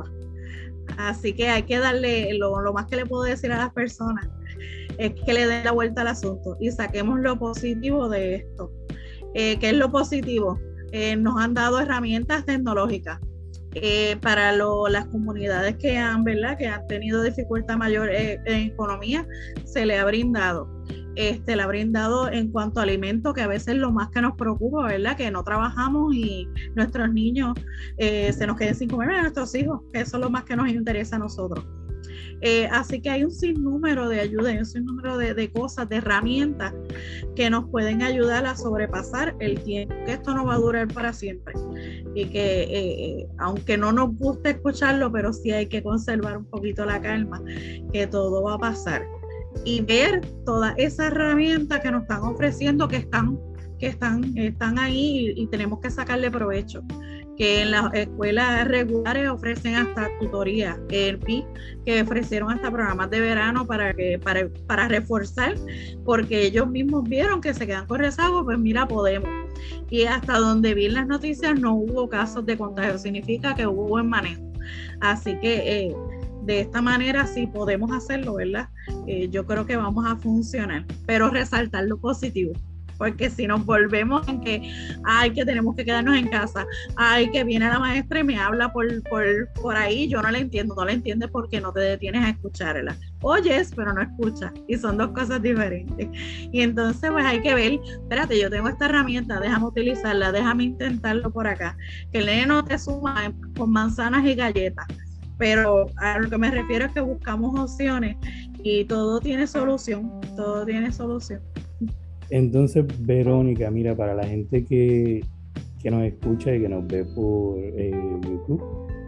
S2: Así que hay que darle, lo, lo más que le puedo decir a las personas es que le den la vuelta al asunto y saquemos lo positivo de esto. Eh, ¿Qué es lo positivo? Eh, nos han dado herramientas tecnológicas. Eh, para lo, las comunidades que han, ¿verdad? que han tenido dificultad mayor eh, en economía, se le ha brindado. Este, le ha brindado en cuanto a alimentos, que a veces es lo más que nos preocupa, ¿verdad? Que no trabajamos y nuestros niños eh, se nos queden sin comer, a nuestros hijos, que eso es lo más que nos interesa a nosotros. Eh, así que hay un sinnúmero de ayudas, hay un sinnúmero de, de cosas, de herramientas que nos pueden ayudar a sobrepasar el tiempo, que esto no va a durar para siempre y que eh, aunque no nos guste escucharlo, pero sí hay que conservar un poquito la calma, que todo va a pasar y ver todas esas herramientas que nos están ofreciendo, que están, que están, están ahí y, y tenemos que sacarle provecho. Que en las escuelas regulares ofrecen hasta tutorías, el P I, que ofrecieron hasta programas de verano para que para, para reforzar, porque ellos mismos vieron que se quedan con rezago, pues mira, podemos. Y hasta donde vi en las noticias no hubo casos de contagio, significa que hubo buen manejo. Así que eh, de esta manera sí podemos hacerlo, ¿verdad? Eh, yo creo que vamos a funcionar, pero resaltar lo positivo. Porque si nos volvemos en que, ay, que tenemos que quedarnos en casa, ay, que viene la maestra y me habla por, por, por ahí, yo no la entiendo, no la entiendes porque no te detienes a escucharla. Oyes, pero no escuchas, y son dos cosas diferentes. Y entonces, pues hay que ver, espérate, yo tengo esta herramienta, déjame utilizarla, déjame intentarlo por acá. Que el nene no te suma con manzanas y galletas, pero a lo que me refiero es que buscamos opciones y todo tiene solución, todo tiene solución.
S1: Entonces, Verónica, mira, para la gente que, que nos escucha y que nos ve por eh, YouTube,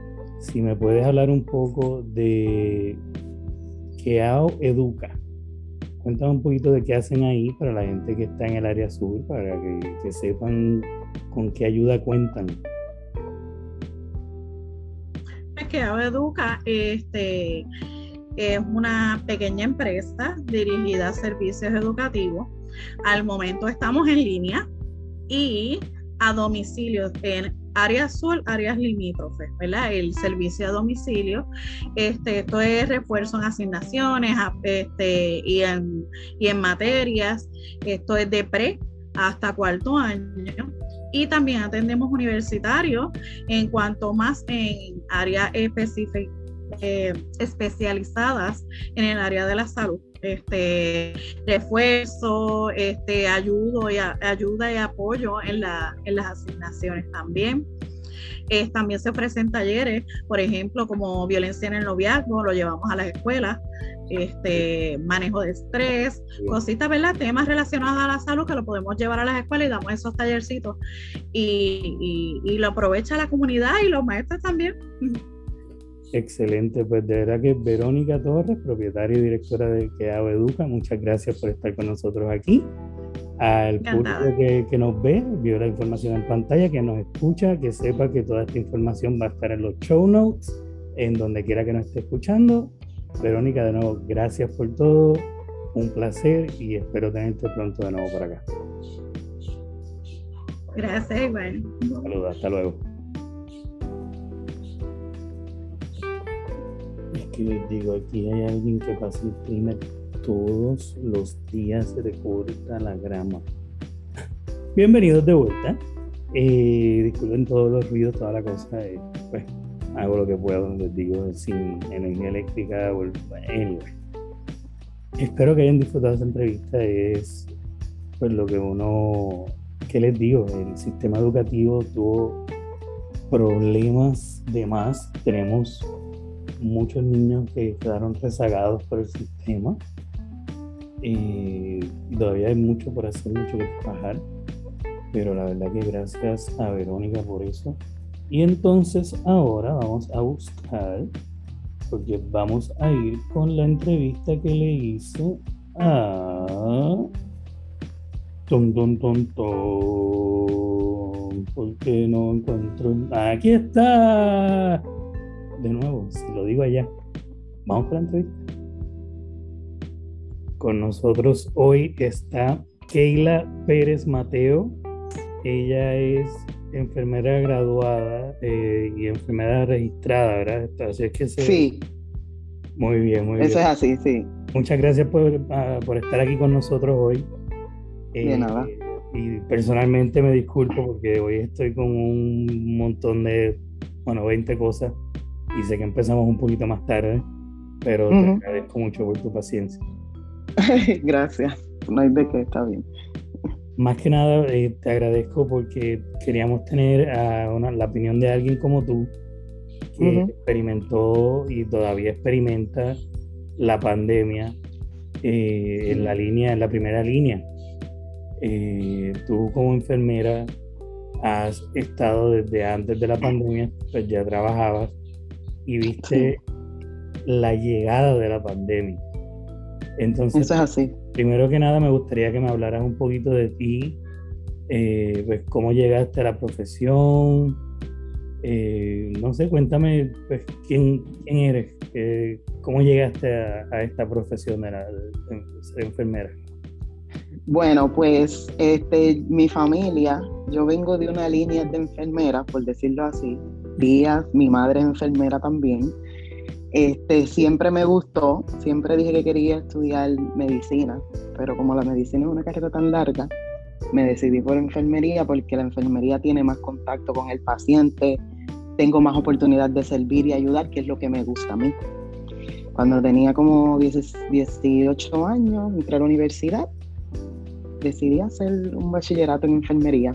S1: si me puedes hablar un poco de Keao Educa. Cuéntame un poquito de qué hacen ahí para la gente que está en el área sur, para que, que sepan con qué ayuda cuentan.
S2: Keao Educa este, es una pequeña empresa dirigida a servicios educativos. Al momento estamos en línea y a domicilio en áreas sur, áreas limítrofes, ¿verdad? El servicio a domicilio, este, esto es refuerzo en asignaciones este, y, en, y en materias, esto es de pre hasta cuarto año. Y también atendemos universitarios en cuanto más en áreas específicas, eh, especializadas en el área de la salud. Este refuerzo, este ayudo y a, ayuda y apoyo en, la, en las asignaciones también. Eh, también se ofrecen talleres, por ejemplo, como violencia en el noviazgo, lo llevamos a las escuelas, este, manejo de estrés, cositas, ¿verdad? Temas relacionados a la salud que lo podemos llevar a las escuelas y damos esos tallercitos y, y, y lo aprovecha la comunidad y los maestros también.
S1: Excelente, pues de verdad que Verónica Torres, propietaria y directora de Keao Educa, muchas gracias por estar con nosotros aquí. Al
S2: Encantada.
S1: público que, que nos ve, vio la información en pantalla, que nos escucha, que sepa que toda esta información va a estar en los show notes, en donde quiera que nos esté escuchando. Verónica, de nuevo, gracias por todo, un placer y espero tenerte pronto de nuevo por acá.
S2: Gracias, igual.
S1: Saludos, hasta luego. Es que les digo, aquí hay alguien que pasa el primer todos los días se corta la grama. Bienvenidos de vuelta. Eh, disculpen todos los ruidos, toda la cosa. Eh, pues hago lo que puedo, les digo, sin energía eléctrica. Anyway. Espero que hayan disfrutado esta entrevista. Es pues lo que uno, ¿qué les digo? El sistema educativo tuvo problemas de más. Tenemos muchos niños que quedaron rezagados por el sistema. Eh, todavía hay mucho por hacer, mucho que trabajar, pero la verdad que gracias a Verónica por eso. Y entonces ahora vamos a buscar, porque vamos a ir con la entrevista que le hice a ton ton ton ton, porque no encuentro. Aquí está de nuevo, si lo digo allá. Vamos con la entrevista. Con nosotros hoy está Keila Pérez Mateo. ella es enfermera graduada eh, y enfermera registrada, ¿verdad? Así es que se...
S3: Sí,
S1: Muy bien, muy
S3: eso
S1: bien.
S3: es así, sí.
S1: Muchas gracias por, ah, por estar aquí con nosotros hoy.
S3: De
S1: Eh,
S3: nada.
S1: y personalmente me disculpo porque hoy estoy con un montón de, bueno, veinte cosas y sé que empezamos un poquito más tarde, pero te
S3: Ujú.
S1: agradezco mucho por tu paciencia.
S3: Gracias. No hay de qué, está bien.
S1: Más que nada, eh, te agradezco porque queríamos tener ah, una- la opinión de alguien como tú que
S3: Ujú.
S1: experimentó y todavía experimenta la pandemia eh, en la línea, en la primera línea. Eh, tú como enfermera has estado desde antes de la pandemia, pues ya trabajabas y
S3: Sí,
S1: viste la llegada de la pandemia. Entonces,
S3: eso es así.
S1: primero que nada, me gustaría que me hablaras un poquito de ti, eh, pues cómo llegaste a la profesión, eh, no sé, cuéntame pues, quién, quién eres, eh, cómo llegaste a, a esta profesión de, la, de ser enfermera.
S3: Bueno, pues este, mi familia, yo vengo de una línea de enfermeras, por decirlo así. Tías, mi madre es enfermera también. Este, siempre me gustó, siempre dije que quería estudiar medicina, pero como la medicina es una carrera tan larga, me decidí por enfermería porque la enfermería tiene más contacto con el paciente, tengo más oportunidad de servir y ayudar, que es lo que me gusta a mí. Cuando tenía como dieciocho años, entré a la universidad, decidí hacer un bachillerato en enfermería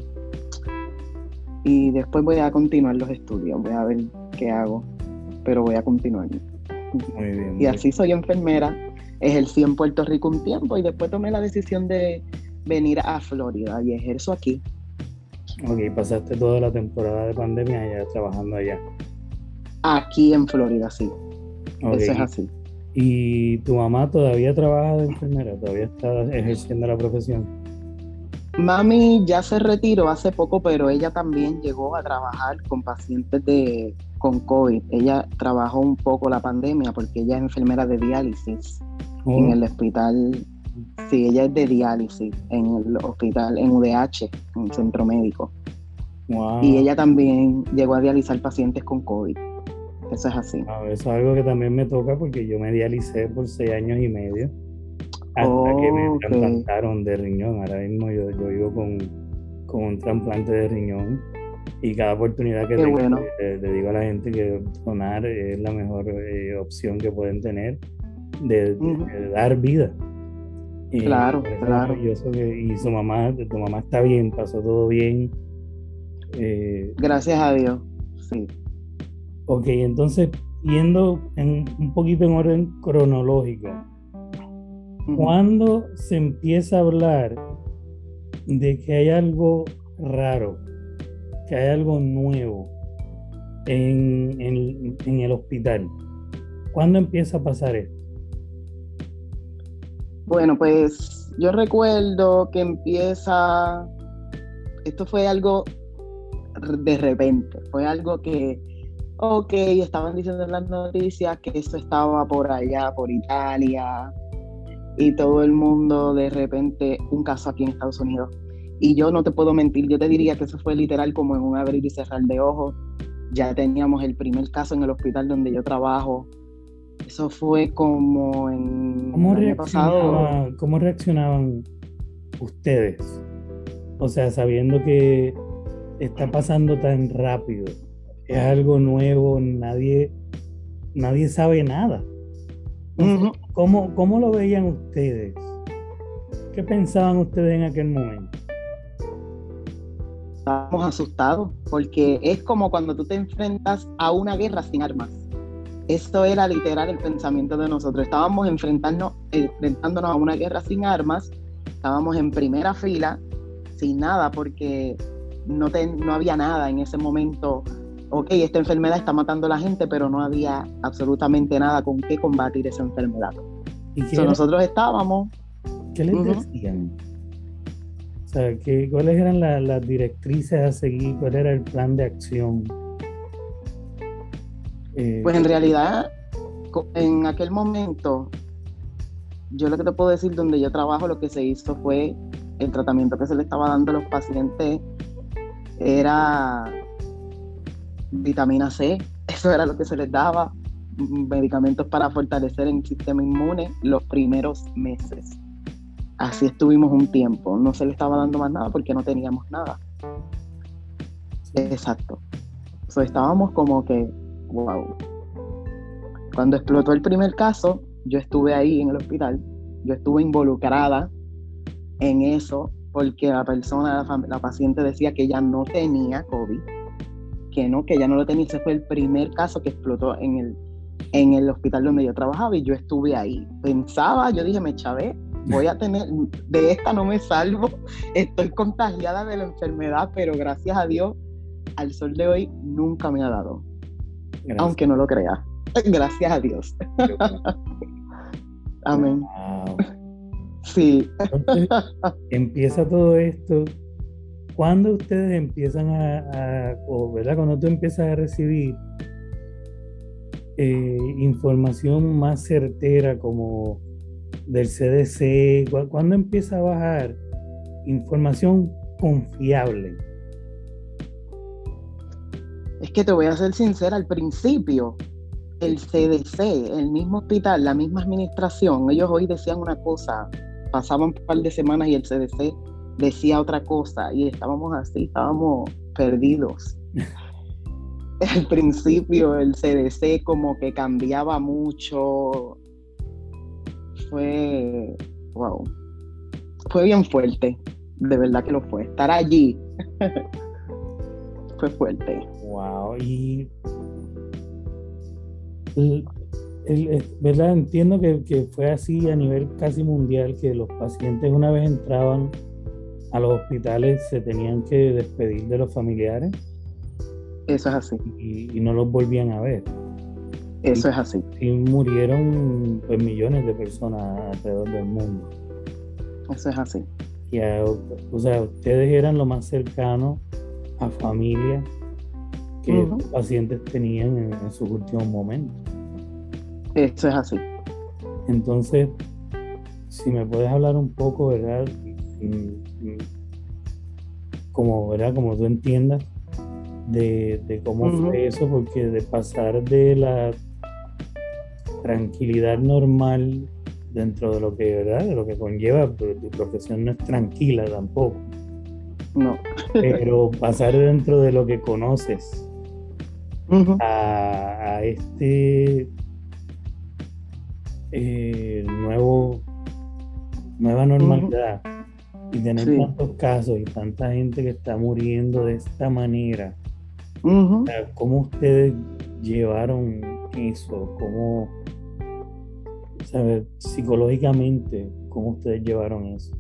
S3: y después voy a continuar los estudios, voy a ver qué hago, pero voy a continuar.
S1: Muy bien.
S3: Y así soy enfermera, ejercí en Puerto Rico un tiempo y después tomé la decisión de venir a Florida y ejerzo aquí.
S1: Ok, pasaste toda la temporada de pandemia allá trabajando allá.
S3: Aquí en Florida, sí.
S1: Ok.
S3: Eso es así.
S1: ¿Y tu mamá todavía trabaja de enfermera? ¿Todavía está ejerciendo la profesión?
S3: Mami ya se retiró hace poco, pero ella también llegó a trabajar con pacientes de, con COVID. Ella trabajó un poco la pandemia porque ella es enfermera de diálisis
S1: Oh,
S3: en el hospital. Sí, ella es de diálisis en el hospital, en U D H, en el centro médico.
S1: wow.
S3: Y ella también llegó a dializar pacientes con COVID. Eso es así.
S1: Wow, eso es algo que también me toca porque yo me dialicé por seis años y medio hasta que me
S3: Oh, ok.
S1: trasplantaron de riñón. Ahora mismo yo, yo vivo con, con un trasplante de riñón y cada oportunidad que
S3: Qué
S1: tengo
S3: bueno.
S1: le, le digo a la gente que donar es la mejor eh, opción que pueden tener de, de-
S3: Ujú.
S1: de dar vida. Y me
S3: Claro,
S1: parece
S3: claro.
S1: maravilloso que, y su mamá, tu mamá está bien, pasó todo bien. Eh,
S3: Gracias a Dios. Sí.
S1: ok, entonces, yendo en, un poquito en orden cronológico,
S3: Ujú.
S1: ¿cuándo se empieza a hablar de que hay algo raro, que hay algo nuevo en, en- en el hospital? ¿Cuándo empieza a pasar esto?
S3: Bueno, pues yo recuerdo que empieza, esto fue algo de repente, fue algo que, ok, estaban diciendo en las noticias que eso estaba por allá, por Italia, y todo el mundo de repente, un caso aquí en Estados Unidos. Y yo no te puedo mentir, yo te diría que eso fue literal como en un abrir y cerrar de ojos. Ya teníamos el primer caso en el hospital donde yo trabajo. Eso fue como en
S1: ¿Cómo
S3: el año pasado.
S1: reaccionaba, cómo reaccionaban ustedes? O sea, sabiendo que está pasando tan rápido, es algo nuevo, nadie, nadie sabe nada. Entonces,
S3: Ujú.
S1: ¿cómo, cómo lo veían ustedes? ¿Qué pensaban ustedes en aquel momento?
S3: Estábamos asustados porque es como cuando tú te enfrentas a una guerra sin armas. Esto era literal el pensamiento de nosotros. Estábamos enfrentando, enfrentándonos a una guerra sin armas, estábamos en primera fila, sin nada, porque no, te, no había nada en ese momento. Ok, esta enfermedad está matando a la gente, pero no había absolutamente nada con qué combatir esa enfermedad.
S1: ¿Y qué,
S3: So,
S1: era-
S3: nosotros estábamos...
S1: qué les
S3: Ujú.
S1: decían? O sea, ¿qué- ¿cuáles eran la- las directrices a seguir? ¿Cuál era el plan de acción? Eh,
S3: Pues en realidad, co- en aquel momento, yo lo que te puedo decir, donde yo trabajo, lo que se hizo fue el tratamiento que se le estaba dando a los pacientes era vitamina C, eso era lo que se les daba, medicamentos para fortalecer el sistema inmune los primeros meses. Así estuvimos un tiempo, no se le estaba dando más nada porque no teníamos nada. Sí. Exacto. So, estábamos como que, wow. Cuando explotó el primer caso, yo estuve ahí en el hospital, yo estuve involucrada en eso porque la persona, la, la paciente decía que ella no tenía COVID, que no, que ella no lo tenía. Ese fue el primer caso que explotó en el, en el hospital donde yo trabajaba y yo estuve ahí. Pensaba, yo dije, me chavé, voy a tener, de esta no me salvo, estoy contagiada de la enfermedad, pero gracias a Dios, al sol de hoy nunca me ha dado. Gracias. Aunque no lo crea. Gracias a Dios. Amén.
S1: Wow.
S3: Sí.
S1: Entonces, empieza todo esto. ¿Cuándo ustedes empiezan a, a o, ¿verdad? Cuando tú empiezas a recibir eh, información más certera como del C D C? ¿Cu- ¿Cuándo empieza a bajar información confiable?
S3: Es que te voy a ser sincera, al principio, el C D C, el mismo hospital, la misma administración, ellos hoy decían una cosa, pasaban un par de semanas y el C D C decía otra cosa y estábamos así, estábamos perdidos. Al principio el C D C como que cambiaba mucho, fue, wow, fue bien fuerte, de verdad que lo fue, estar allí fue fuerte.
S1: Wow, y el, el- el- ¿verdad? Entiendo que, que fue así a nivel casi mundial, que los pacientes una vez entraban a los hospitales se tenían que despedir de los familiares
S3: Eso es así,
S1: y, y no los volvían a ver.
S3: eso es así,
S1: Y murieron pues, millones de personas alrededor del mundo.
S3: eso es así.
S1: Y a- o sea, ustedes eran lo más cercano a familia que
S3: Ujú.
S1: los pacientes tenían en, en sus últimos momentos.
S3: Eso es así.
S1: Entonces, si me puedes hablar un poco, ¿verdad? Mm, mm, Como, ¿verdad? Como tú entiendas de, de cómo
S3: Ujú.
S1: fue eso, porque de pasar de la tranquilidad normal dentro de lo que, ¿verdad? De lo que conlleva, pero tu profesión no es tranquila tampoco,
S3: No.
S1: pero pasar dentro de lo que conoces
S3: Ujú.
S1: a, a este eh, nuevo, nueva normalidad y tener
S3: Sí.
S1: tantos casos y tanta gente que está muriendo de esta manera.
S3: Ujú.
S1: O sea, ¿cómo ustedes llevaron eso? ¿Cómo, saber, psicológicamente, cómo ustedes llevaron eso?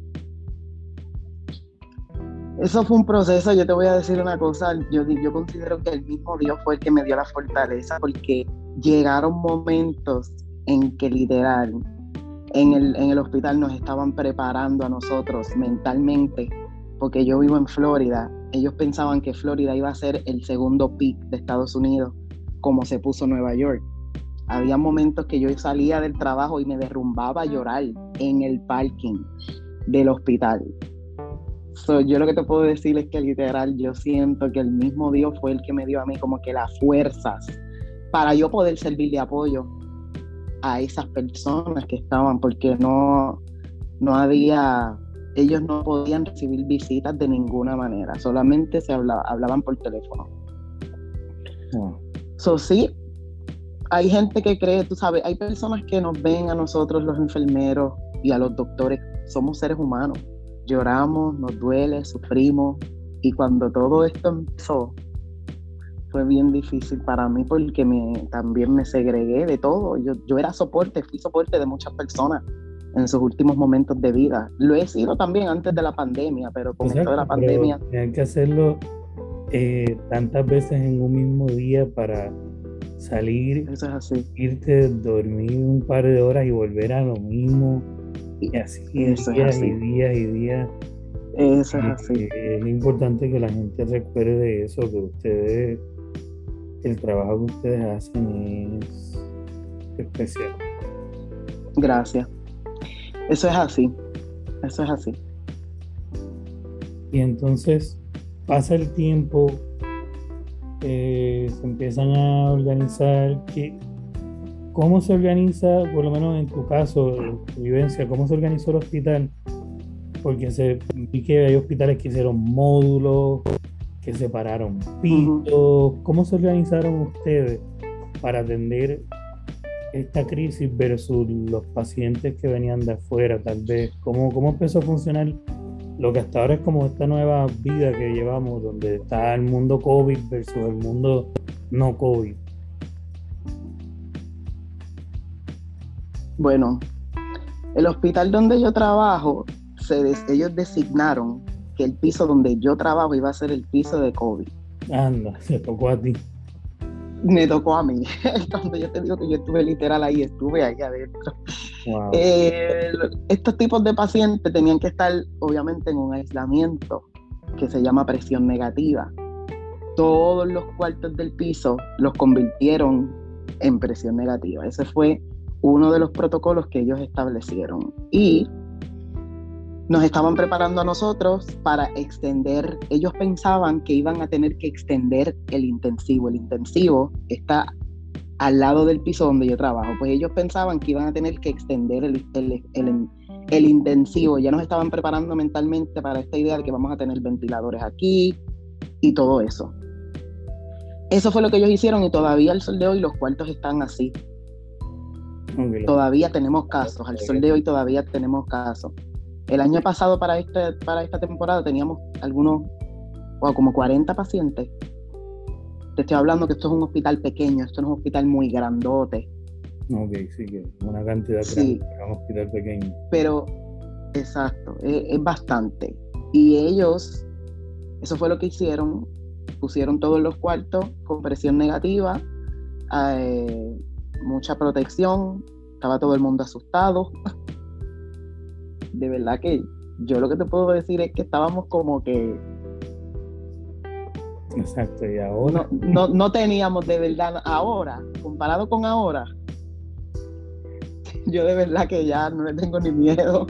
S3: Eso fue un proceso, yo te voy a decir una cosa, yo, yo considero que el mismo Dios fue el que me dio la fortaleza, porque llegaron momentos en que literal en el, en el hospital nos estaban preparando a nosotros mentalmente, porque yo vivo en Florida, ellos pensaban que Florida iba a ser el segundo pick de Estados Unidos, como se puso Nueva York. Había momentos que yo salía del trabajo y me derrumbaba a llorar en el parking del hospital. So, yo lo que te puedo decir es que literal yo siento que el mismo Dios fue el que me dio a mí como que las fuerzas para yo poder servir de apoyo a esas personas que estaban, porque no, no había, ellos no podían recibir visitas de ninguna manera, solamente se hablaba, hablaban por teléfono.
S1: Wow.
S3: So, sí, hay gente que cree, tú sabes, hay personas que nos ven a nosotros los enfermeros y a los doctores, somos seres humanos, lloramos, nos duele, sufrimos, y cuando todo esto empezó fue bien difícil para mí porque me, también me segregué de todo. Yo, yo era soporte, fui soporte de muchas personas en sus últimos momentos de vida. Lo he sido también antes de la pandemia, pero con esto de la
S1: Exacto,
S3: pandemia,
S1: pero tener que hacerlo eh, tantas veces en un mismo día para salir,
S3: eso es así.
S1: irte, dormir un par de horas y volver a lo mismo, y así
S3: Eso es
S1: días
S3: así.
S1: y días y días.
S3: Eso es
S1: Eh,
S3: así.
S1: eh, es importante que la gente recuerde de eso, que ustedes, el trabajo que ustedes hacen es especial.
S3: Gracias. Eso es así. Eso es así.
S1: Y entonces, pasa el tiempo, eh, se empiezan a organizar. ¿Qué, ¿Cómo se organiza, por lo menos en tu caso, en tu vivencia, cómo se organizó el hospital? Porque se, vi que hay hospitales que hicieron módulos, que separaron pisos. Uh-huh. ¿Cómo se organizaron ustedes para atender esta crisis versus los pacientes que venían de afuera, tal vez? ¿Cómo, cómo empezó a funcionar lo que hasta ahora es como esta nueva vida que llevamos, donde está el mundo COVID versus el mundo no COVID?
S3: Bueno, el hospital donde yo trabajo, se des, ellos designaron que el piso donde yo trabajo iba a ser el piso de COVID.
S1: Anda, se tocó a ti.
S3: Me tocó a mí. Cuando yo te digo que yo estuve literal ahí, estuve ahí adentro.
S1: Wow.
S3: Eh, estos tipos de pacientes tenían que estar obviamente en un aislamiento que se llama presión negativa. Todos los cuartos del piso los convirtieron en presión negativa. Ese fue uno de los protocolos que ellos establecieron. Y nos estaban preparando a nosotros para extender. Ellos pensaban que iban a tener que extender el intensivo. El intensivo está al lado del piso donde yo trabajo. Pues ellos pensaban que iban a tener que extender el, el, el, el intensivo. Ya nos estaban preparando mentalmente para esta idea de que vamos a tener ventiladores aquí y todo eso. Eso fue lo que ellos hicieron y todavía al sol de hoy los cuartos están así. Okay. Todavía tenemos casos. Al sol de hoy todavía tenemos casos. El año pasado para, este, para esta temporada teníamos algunos, wow, como cuarenta pacientes. Te estoy hablando que esto es un hospital pequeño, esto no es un hospital muy grandote.
S1: Ok, sí, que una cantidad
S3: sí,
S1: grande para un hospital pequeño.
S3: Pero, exacto, es, es bastante. Y ellos, eso fue lo que hicieron, pusieron todos los cuartos con presión negativa, eh, mucha protección, estaba todo el mundo asustado. De verdad que yo lo que te puedo decir es que estábamos como que...
S1: Exacto, y ahora...
S3: No, no, no teníamos de verdad, ahora, comparado con ahora, yo de verdad que ya no le tengo ni miedo.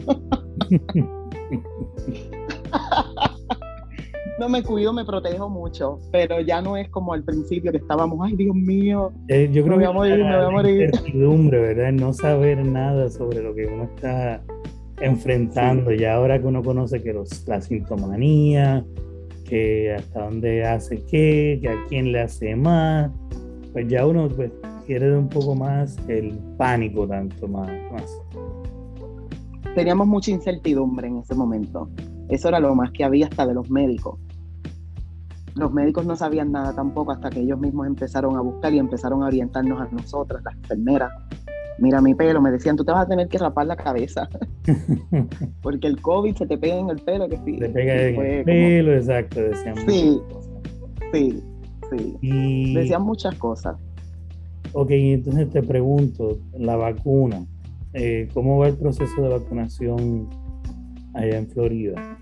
S3: No me cuido, me protejo mucho, pero ya no es como al principio que estábamos, ay Dios mío,
S1: eh, yo creo
S3: me voy
S1: que
S3: a morir, me voy a morir.
S1: Incertidumbre, ¿verdad? No saber nada sobre lo que uno está enfrentando, sí. Ya ahora que uno conoce que los, la sintomanía, que hasta dónde hace qué, que a quién le hace más, pues ya uno pues quiere un poco más el pánico tanto más, más.
S3: Teníamos mucha incertidumbre en ese momento. Eso era lo más que había hasta de los médicos. Los médicos no sabían nada tampoco hasta que ellos mismos empezaron a buscar y empezaron a orientarnos a nosotras, las enfermeras. Mira mi pelo, me decían, tú te vas a tener que rapar la cabeza. Porque el COVID se te pega en el pelo. Que sí,
S1: te pega en el pelo, como... exacto, decían.
S3: Sí, sí, sí.
S1: Y...
S3: decían muchas cosas.
S1: Ok, entonces te pregunto, la vacuna, eh, ¿cómo va el proceso de vacunación allá en Florida?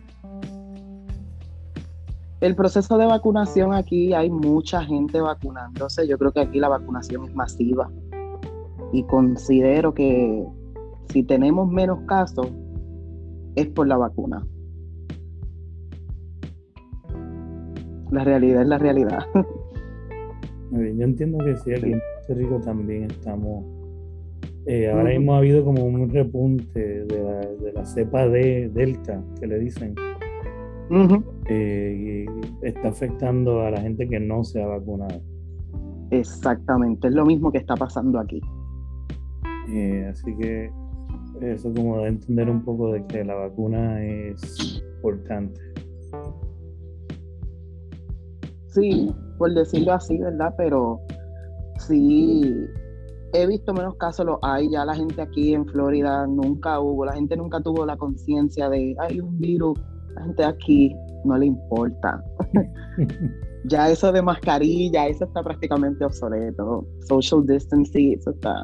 S3: El proceso de vacunación aquí, hay mucha gente vacunándose. Yo creo que aquí la vacunación es masiva. Y considero que si tenemos menos casos, es por la vacuna. La realidad es la realidad.
S1: Muy bien, yo entiendo que sí, aquí en Puerto Rico también estamos... Eh, ahora mismo uh-huh. ha habido como un repunte de la, de la cepa de Delta, que le dicen. Uh-huh. Eh, y está afectando a la gente que no se ha vacunado.
S3: Exactamente, es lo mismo que está pasando aquí.
S1: Eh, así que eso como de entender un poco de que la vacuna es importante.
S3: Sí, por decirlo así, ¿verdad? Pero sí, he visto menos casos, los hay. Ya la gente aquí en Florida nunca hubo, la gente nunca tuvo la conciencia de hay un virus, la gente aquí no le importa. Ya eso de mascarilla, eso está prácticamente obsoleto. Social distancing, eso está...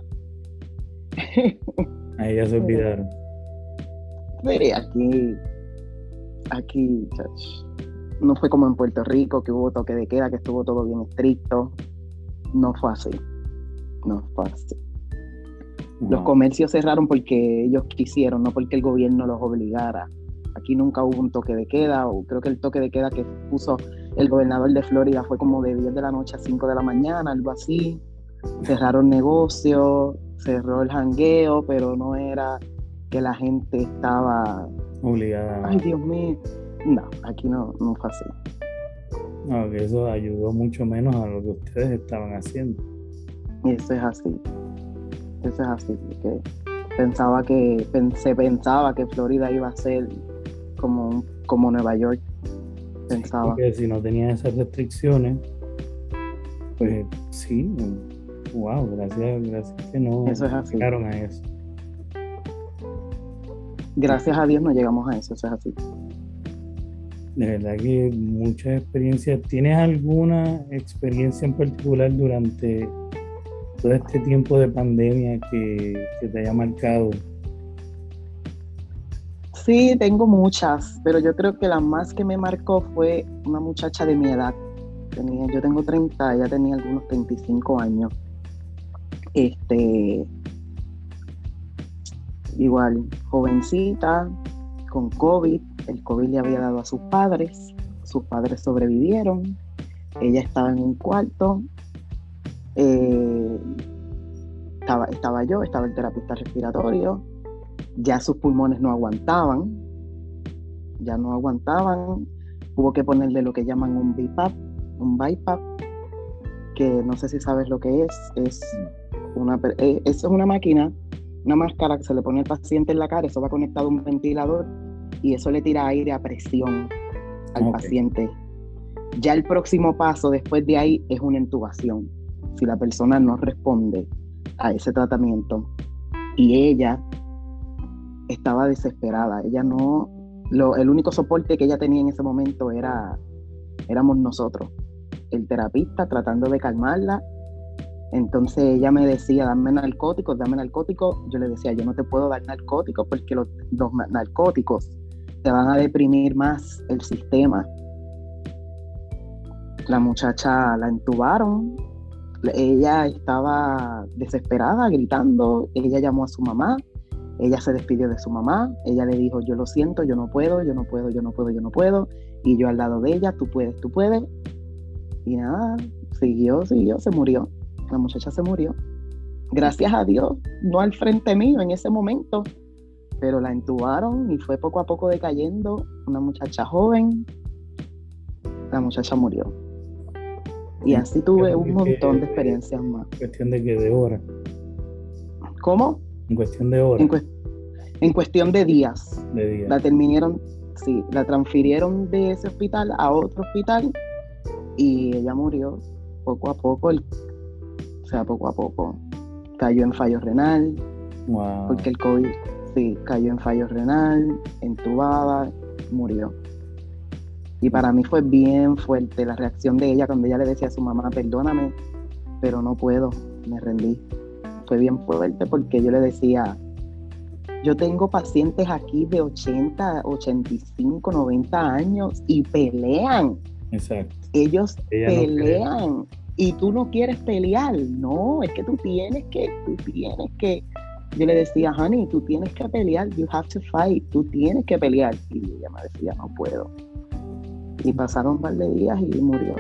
S1: Ahí ya se olvidaron.
S3: Sí, aquí, aquí, chach, no fue como en Puerto Rico, que hubo toque de queda, que estuvo todo bien estricto. No fue así. No fue así. No. Los comercios cerraron porque ellos quisieron, no porque el gobierno los obligara. Aquí nunca hubo un toque de queda, o creo que el toque de queda que puso el gobernador de Florida fue como de diez de la noche a cinco de la mañana, algo así. Cerraron negocios, cerró el jangueo, pero no era que la gente estaba
S1: obligada.
S3: Ay, Dios mío. No, aquí no, no fue así.
S1: No, que eso ayudó mucho menos a lo que ustedes estaban haciendo.
S3: Eso es así. Eso es así. Porque pensaba que, se pensaba que Florida iba a ser como, como Nueva York. Pensaba.
S1: Sí, porque si no tenía esas restricciones, pues sí, wow, gracias, gracias que no
S3: eso es así.
S1: llegaron a eso.
S3: Gracias a Dios no llegamos a eso, eso es así.
S1: De verdad que muchas experiencias. ¿Tienes alguna experiencia en particular durante todo este tiempo de pandemia que, que te haya marcado?
S3: Sí, tengo muchas, pero yo creo que la más que me marcó fue una muchacha de mi edad. Tenía, yo tengo treinta, ella tenía algunos treinta y cinco años. Este, igual, jovencita, con COVID. El COVID le había dado a sus padres. Sus padres sobrevivieron. Ella estaba en un cuarto. Eh, estaba, estaba yo, estaba el terapista respiratorio. Ya sus pulmones no aguantaban. Ya no aguantaban. Hubo que ponerle lo que llaman un B I P A P, un B I P A P, que no sé si sabes lo que es. Es una, es una máquina, una máscara que se le pone al paciente en la cara. Eso va conectado a un ventilador y eso le tira aire a presión al okay. paciente. Ya el próximo paso después de ahí es una intubación, si la persona no responde a ese tratamiento. Y ella estaba desesperada. Ella no, lo, el único soporte que ella tenía en ese momento era, éramos nosotros, el terapista tratando de calmarla. Entonces ella me decía, dame narcóticos, dame narcóticos. Yo le decía, yo no te puedo dar narcóticos porque los, los narcóticos te van a deprimir más el sistema. La muchacha la entubaron, ella estaba desesperada, gritando. Ella llamó a su mamá, ella se despidió de su mamá, ella le dijo, yo lo siento, yo no puedo, yo no puedo, yo no puedo, yo no puedo. Y yo al lado de ella, tú puedes, tú puedes. Y nada, siguió, siguió, se murió. La muchacha se murió. Gracias a Dios, no al frente mío en ese momento, pero la entubaron y fue poco a poco decayendo. Una muchacha joven, la muchacha murió. Y así tuve un montón de experiencias más.
S1: En cuestión de qué, de horas.
S3: ¿Cómo?
S1: En cuestión de horas.
S3: En, cu- en cuestión de días.
S1: De días.
S3: La terminaron, sí, la transfirieron de ese hospital a otro hospital y ella murió poco a poco. El, o sea, poco a poco. Cayó en fallo renal.
S1: Wow.
S3: Porque el COVID, sí, cayó en fallo renal, entubada, murió. Y para mí fue bien fuerte la reacción de ella cuando ella le decía a su mamá, perdóname, pero no puedo, me rendí. Fue bien fuerte porque yo le decía, yo tengo pacientes aquí de ochenta, ochenta y cinco, noventa años y pelean.
S1: Exacto.
S3: Ellos
S1: ella
S3: pelean
S1: no
S3: y tú no quieres pelear. No, es que tú tienes que, tú tienes que. Yo le decía, honey, tú tienes que pelear, you have to fight, tú tienes que pelear. Y ella me decía, no puedo. Y pasaron un par de días y murió.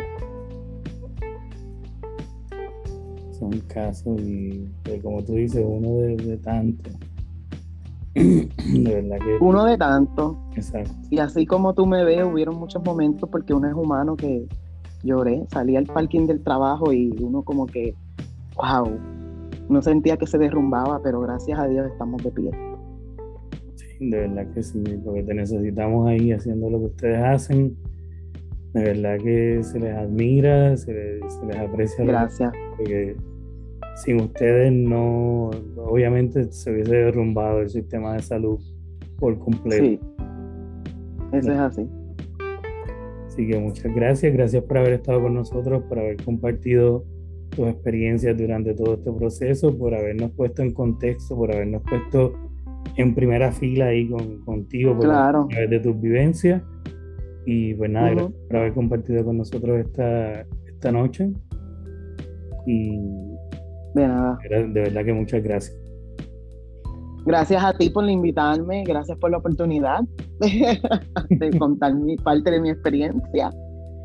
S1: Son casos y, de, como tú dices, uno de, de tantos. De verdad que...
S3: Uno de tantos.
S1: Exacto.
S3: Y así como tú me ves, hubieron muchos momentos porque uno es humano que lloré. Salí al parking del trabajo y uno como que, wow, no sentía que se derrumbaba, pero gracias a Dios estamos de pie.
S1: Sí, de verdad que sí, porque te necesitamos ahí haciendo lo que ustedes hacen. De verdad que se les admira, se les, se les aprecia.
S3: Gracias.
S1: Porque sin ustedes no, obviamente se hubiese derrumbado el sistema de salud por completo.
S3: Sí, eso
S1: ¿no?
S3: es así.
S1: Así que muchas gracias, gracias por haber estado con nosotros, por haber compartido tus experiencias durante todo este proceso, por habernos puesto en contexto, por habernos puesto en primera fila ahí con, contigo, por
S3: Claro.
S1: a través de tus vivencias. Y pues nada,
S3: Uh-huh.
S1: gracias por haber compartido con nosotros esta, esta noche. Y
S3: De nada.
S1: de verdad que muchas gracias.
S3: Gracias a ti por invitarme, gracias por la oportunidad de contar mi parte de mi experiencia.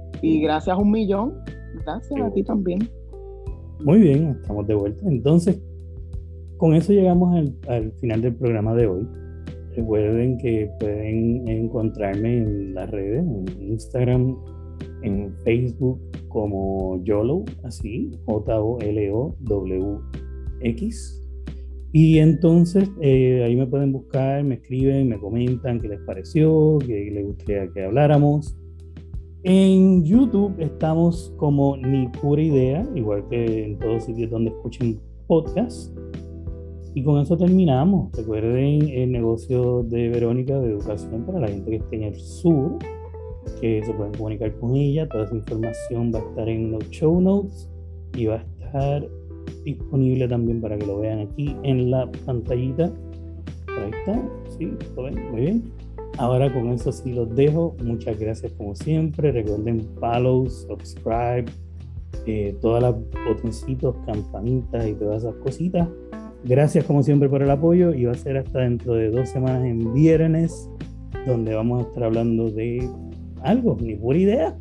S3: Y gracias a un millón, gracias a ti también.
S1: Muy bien, estamos de vuelta. Entonces, con eso llegamos al, al final del programa de hoy. Recuerden que pueden encontrarme en las redes, en Instagram, en Facebook como YOLO, así, J O L O W X. Y entonces eh, ahí me pueden buscar, me escriben, me comentan qué les pareció, qué les gustaría que habláramos. En YouTube estamos como Ni Pura Idea, igual que en todos sitios donde escuchen podcast. Y con eso terminamos. Recuerden el negocio de Verónica de educación para la gente que esté en el sur, que se pueden comunicar con ella. Toda esa información va a estar en los show notes y va a estar disponible también para que lo vean aquí en la pantallita. Ahí está, sí, lo ven, muy bien. Ahora con eso sí los dejo. Muchas gracias como siempre. Recuerden follow, subscribe, eh, todas las botoncitos, campanitas y todas esas cositas. Gracias como siempre por el apoyo y va a ser hasta dentro de dos semanas en viernes, donde vamos a estar hablando de algo, ni pura idea.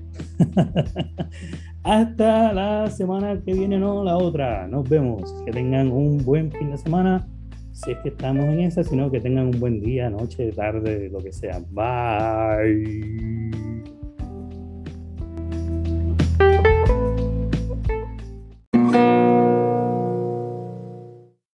S1: Hasta la semana que viene, no la otra. Nos vemos. Que tengan un buen fin de semana. Si es que estamos en esa, sino que tengan un buen día, noche, tarde, lo que sea. Bye.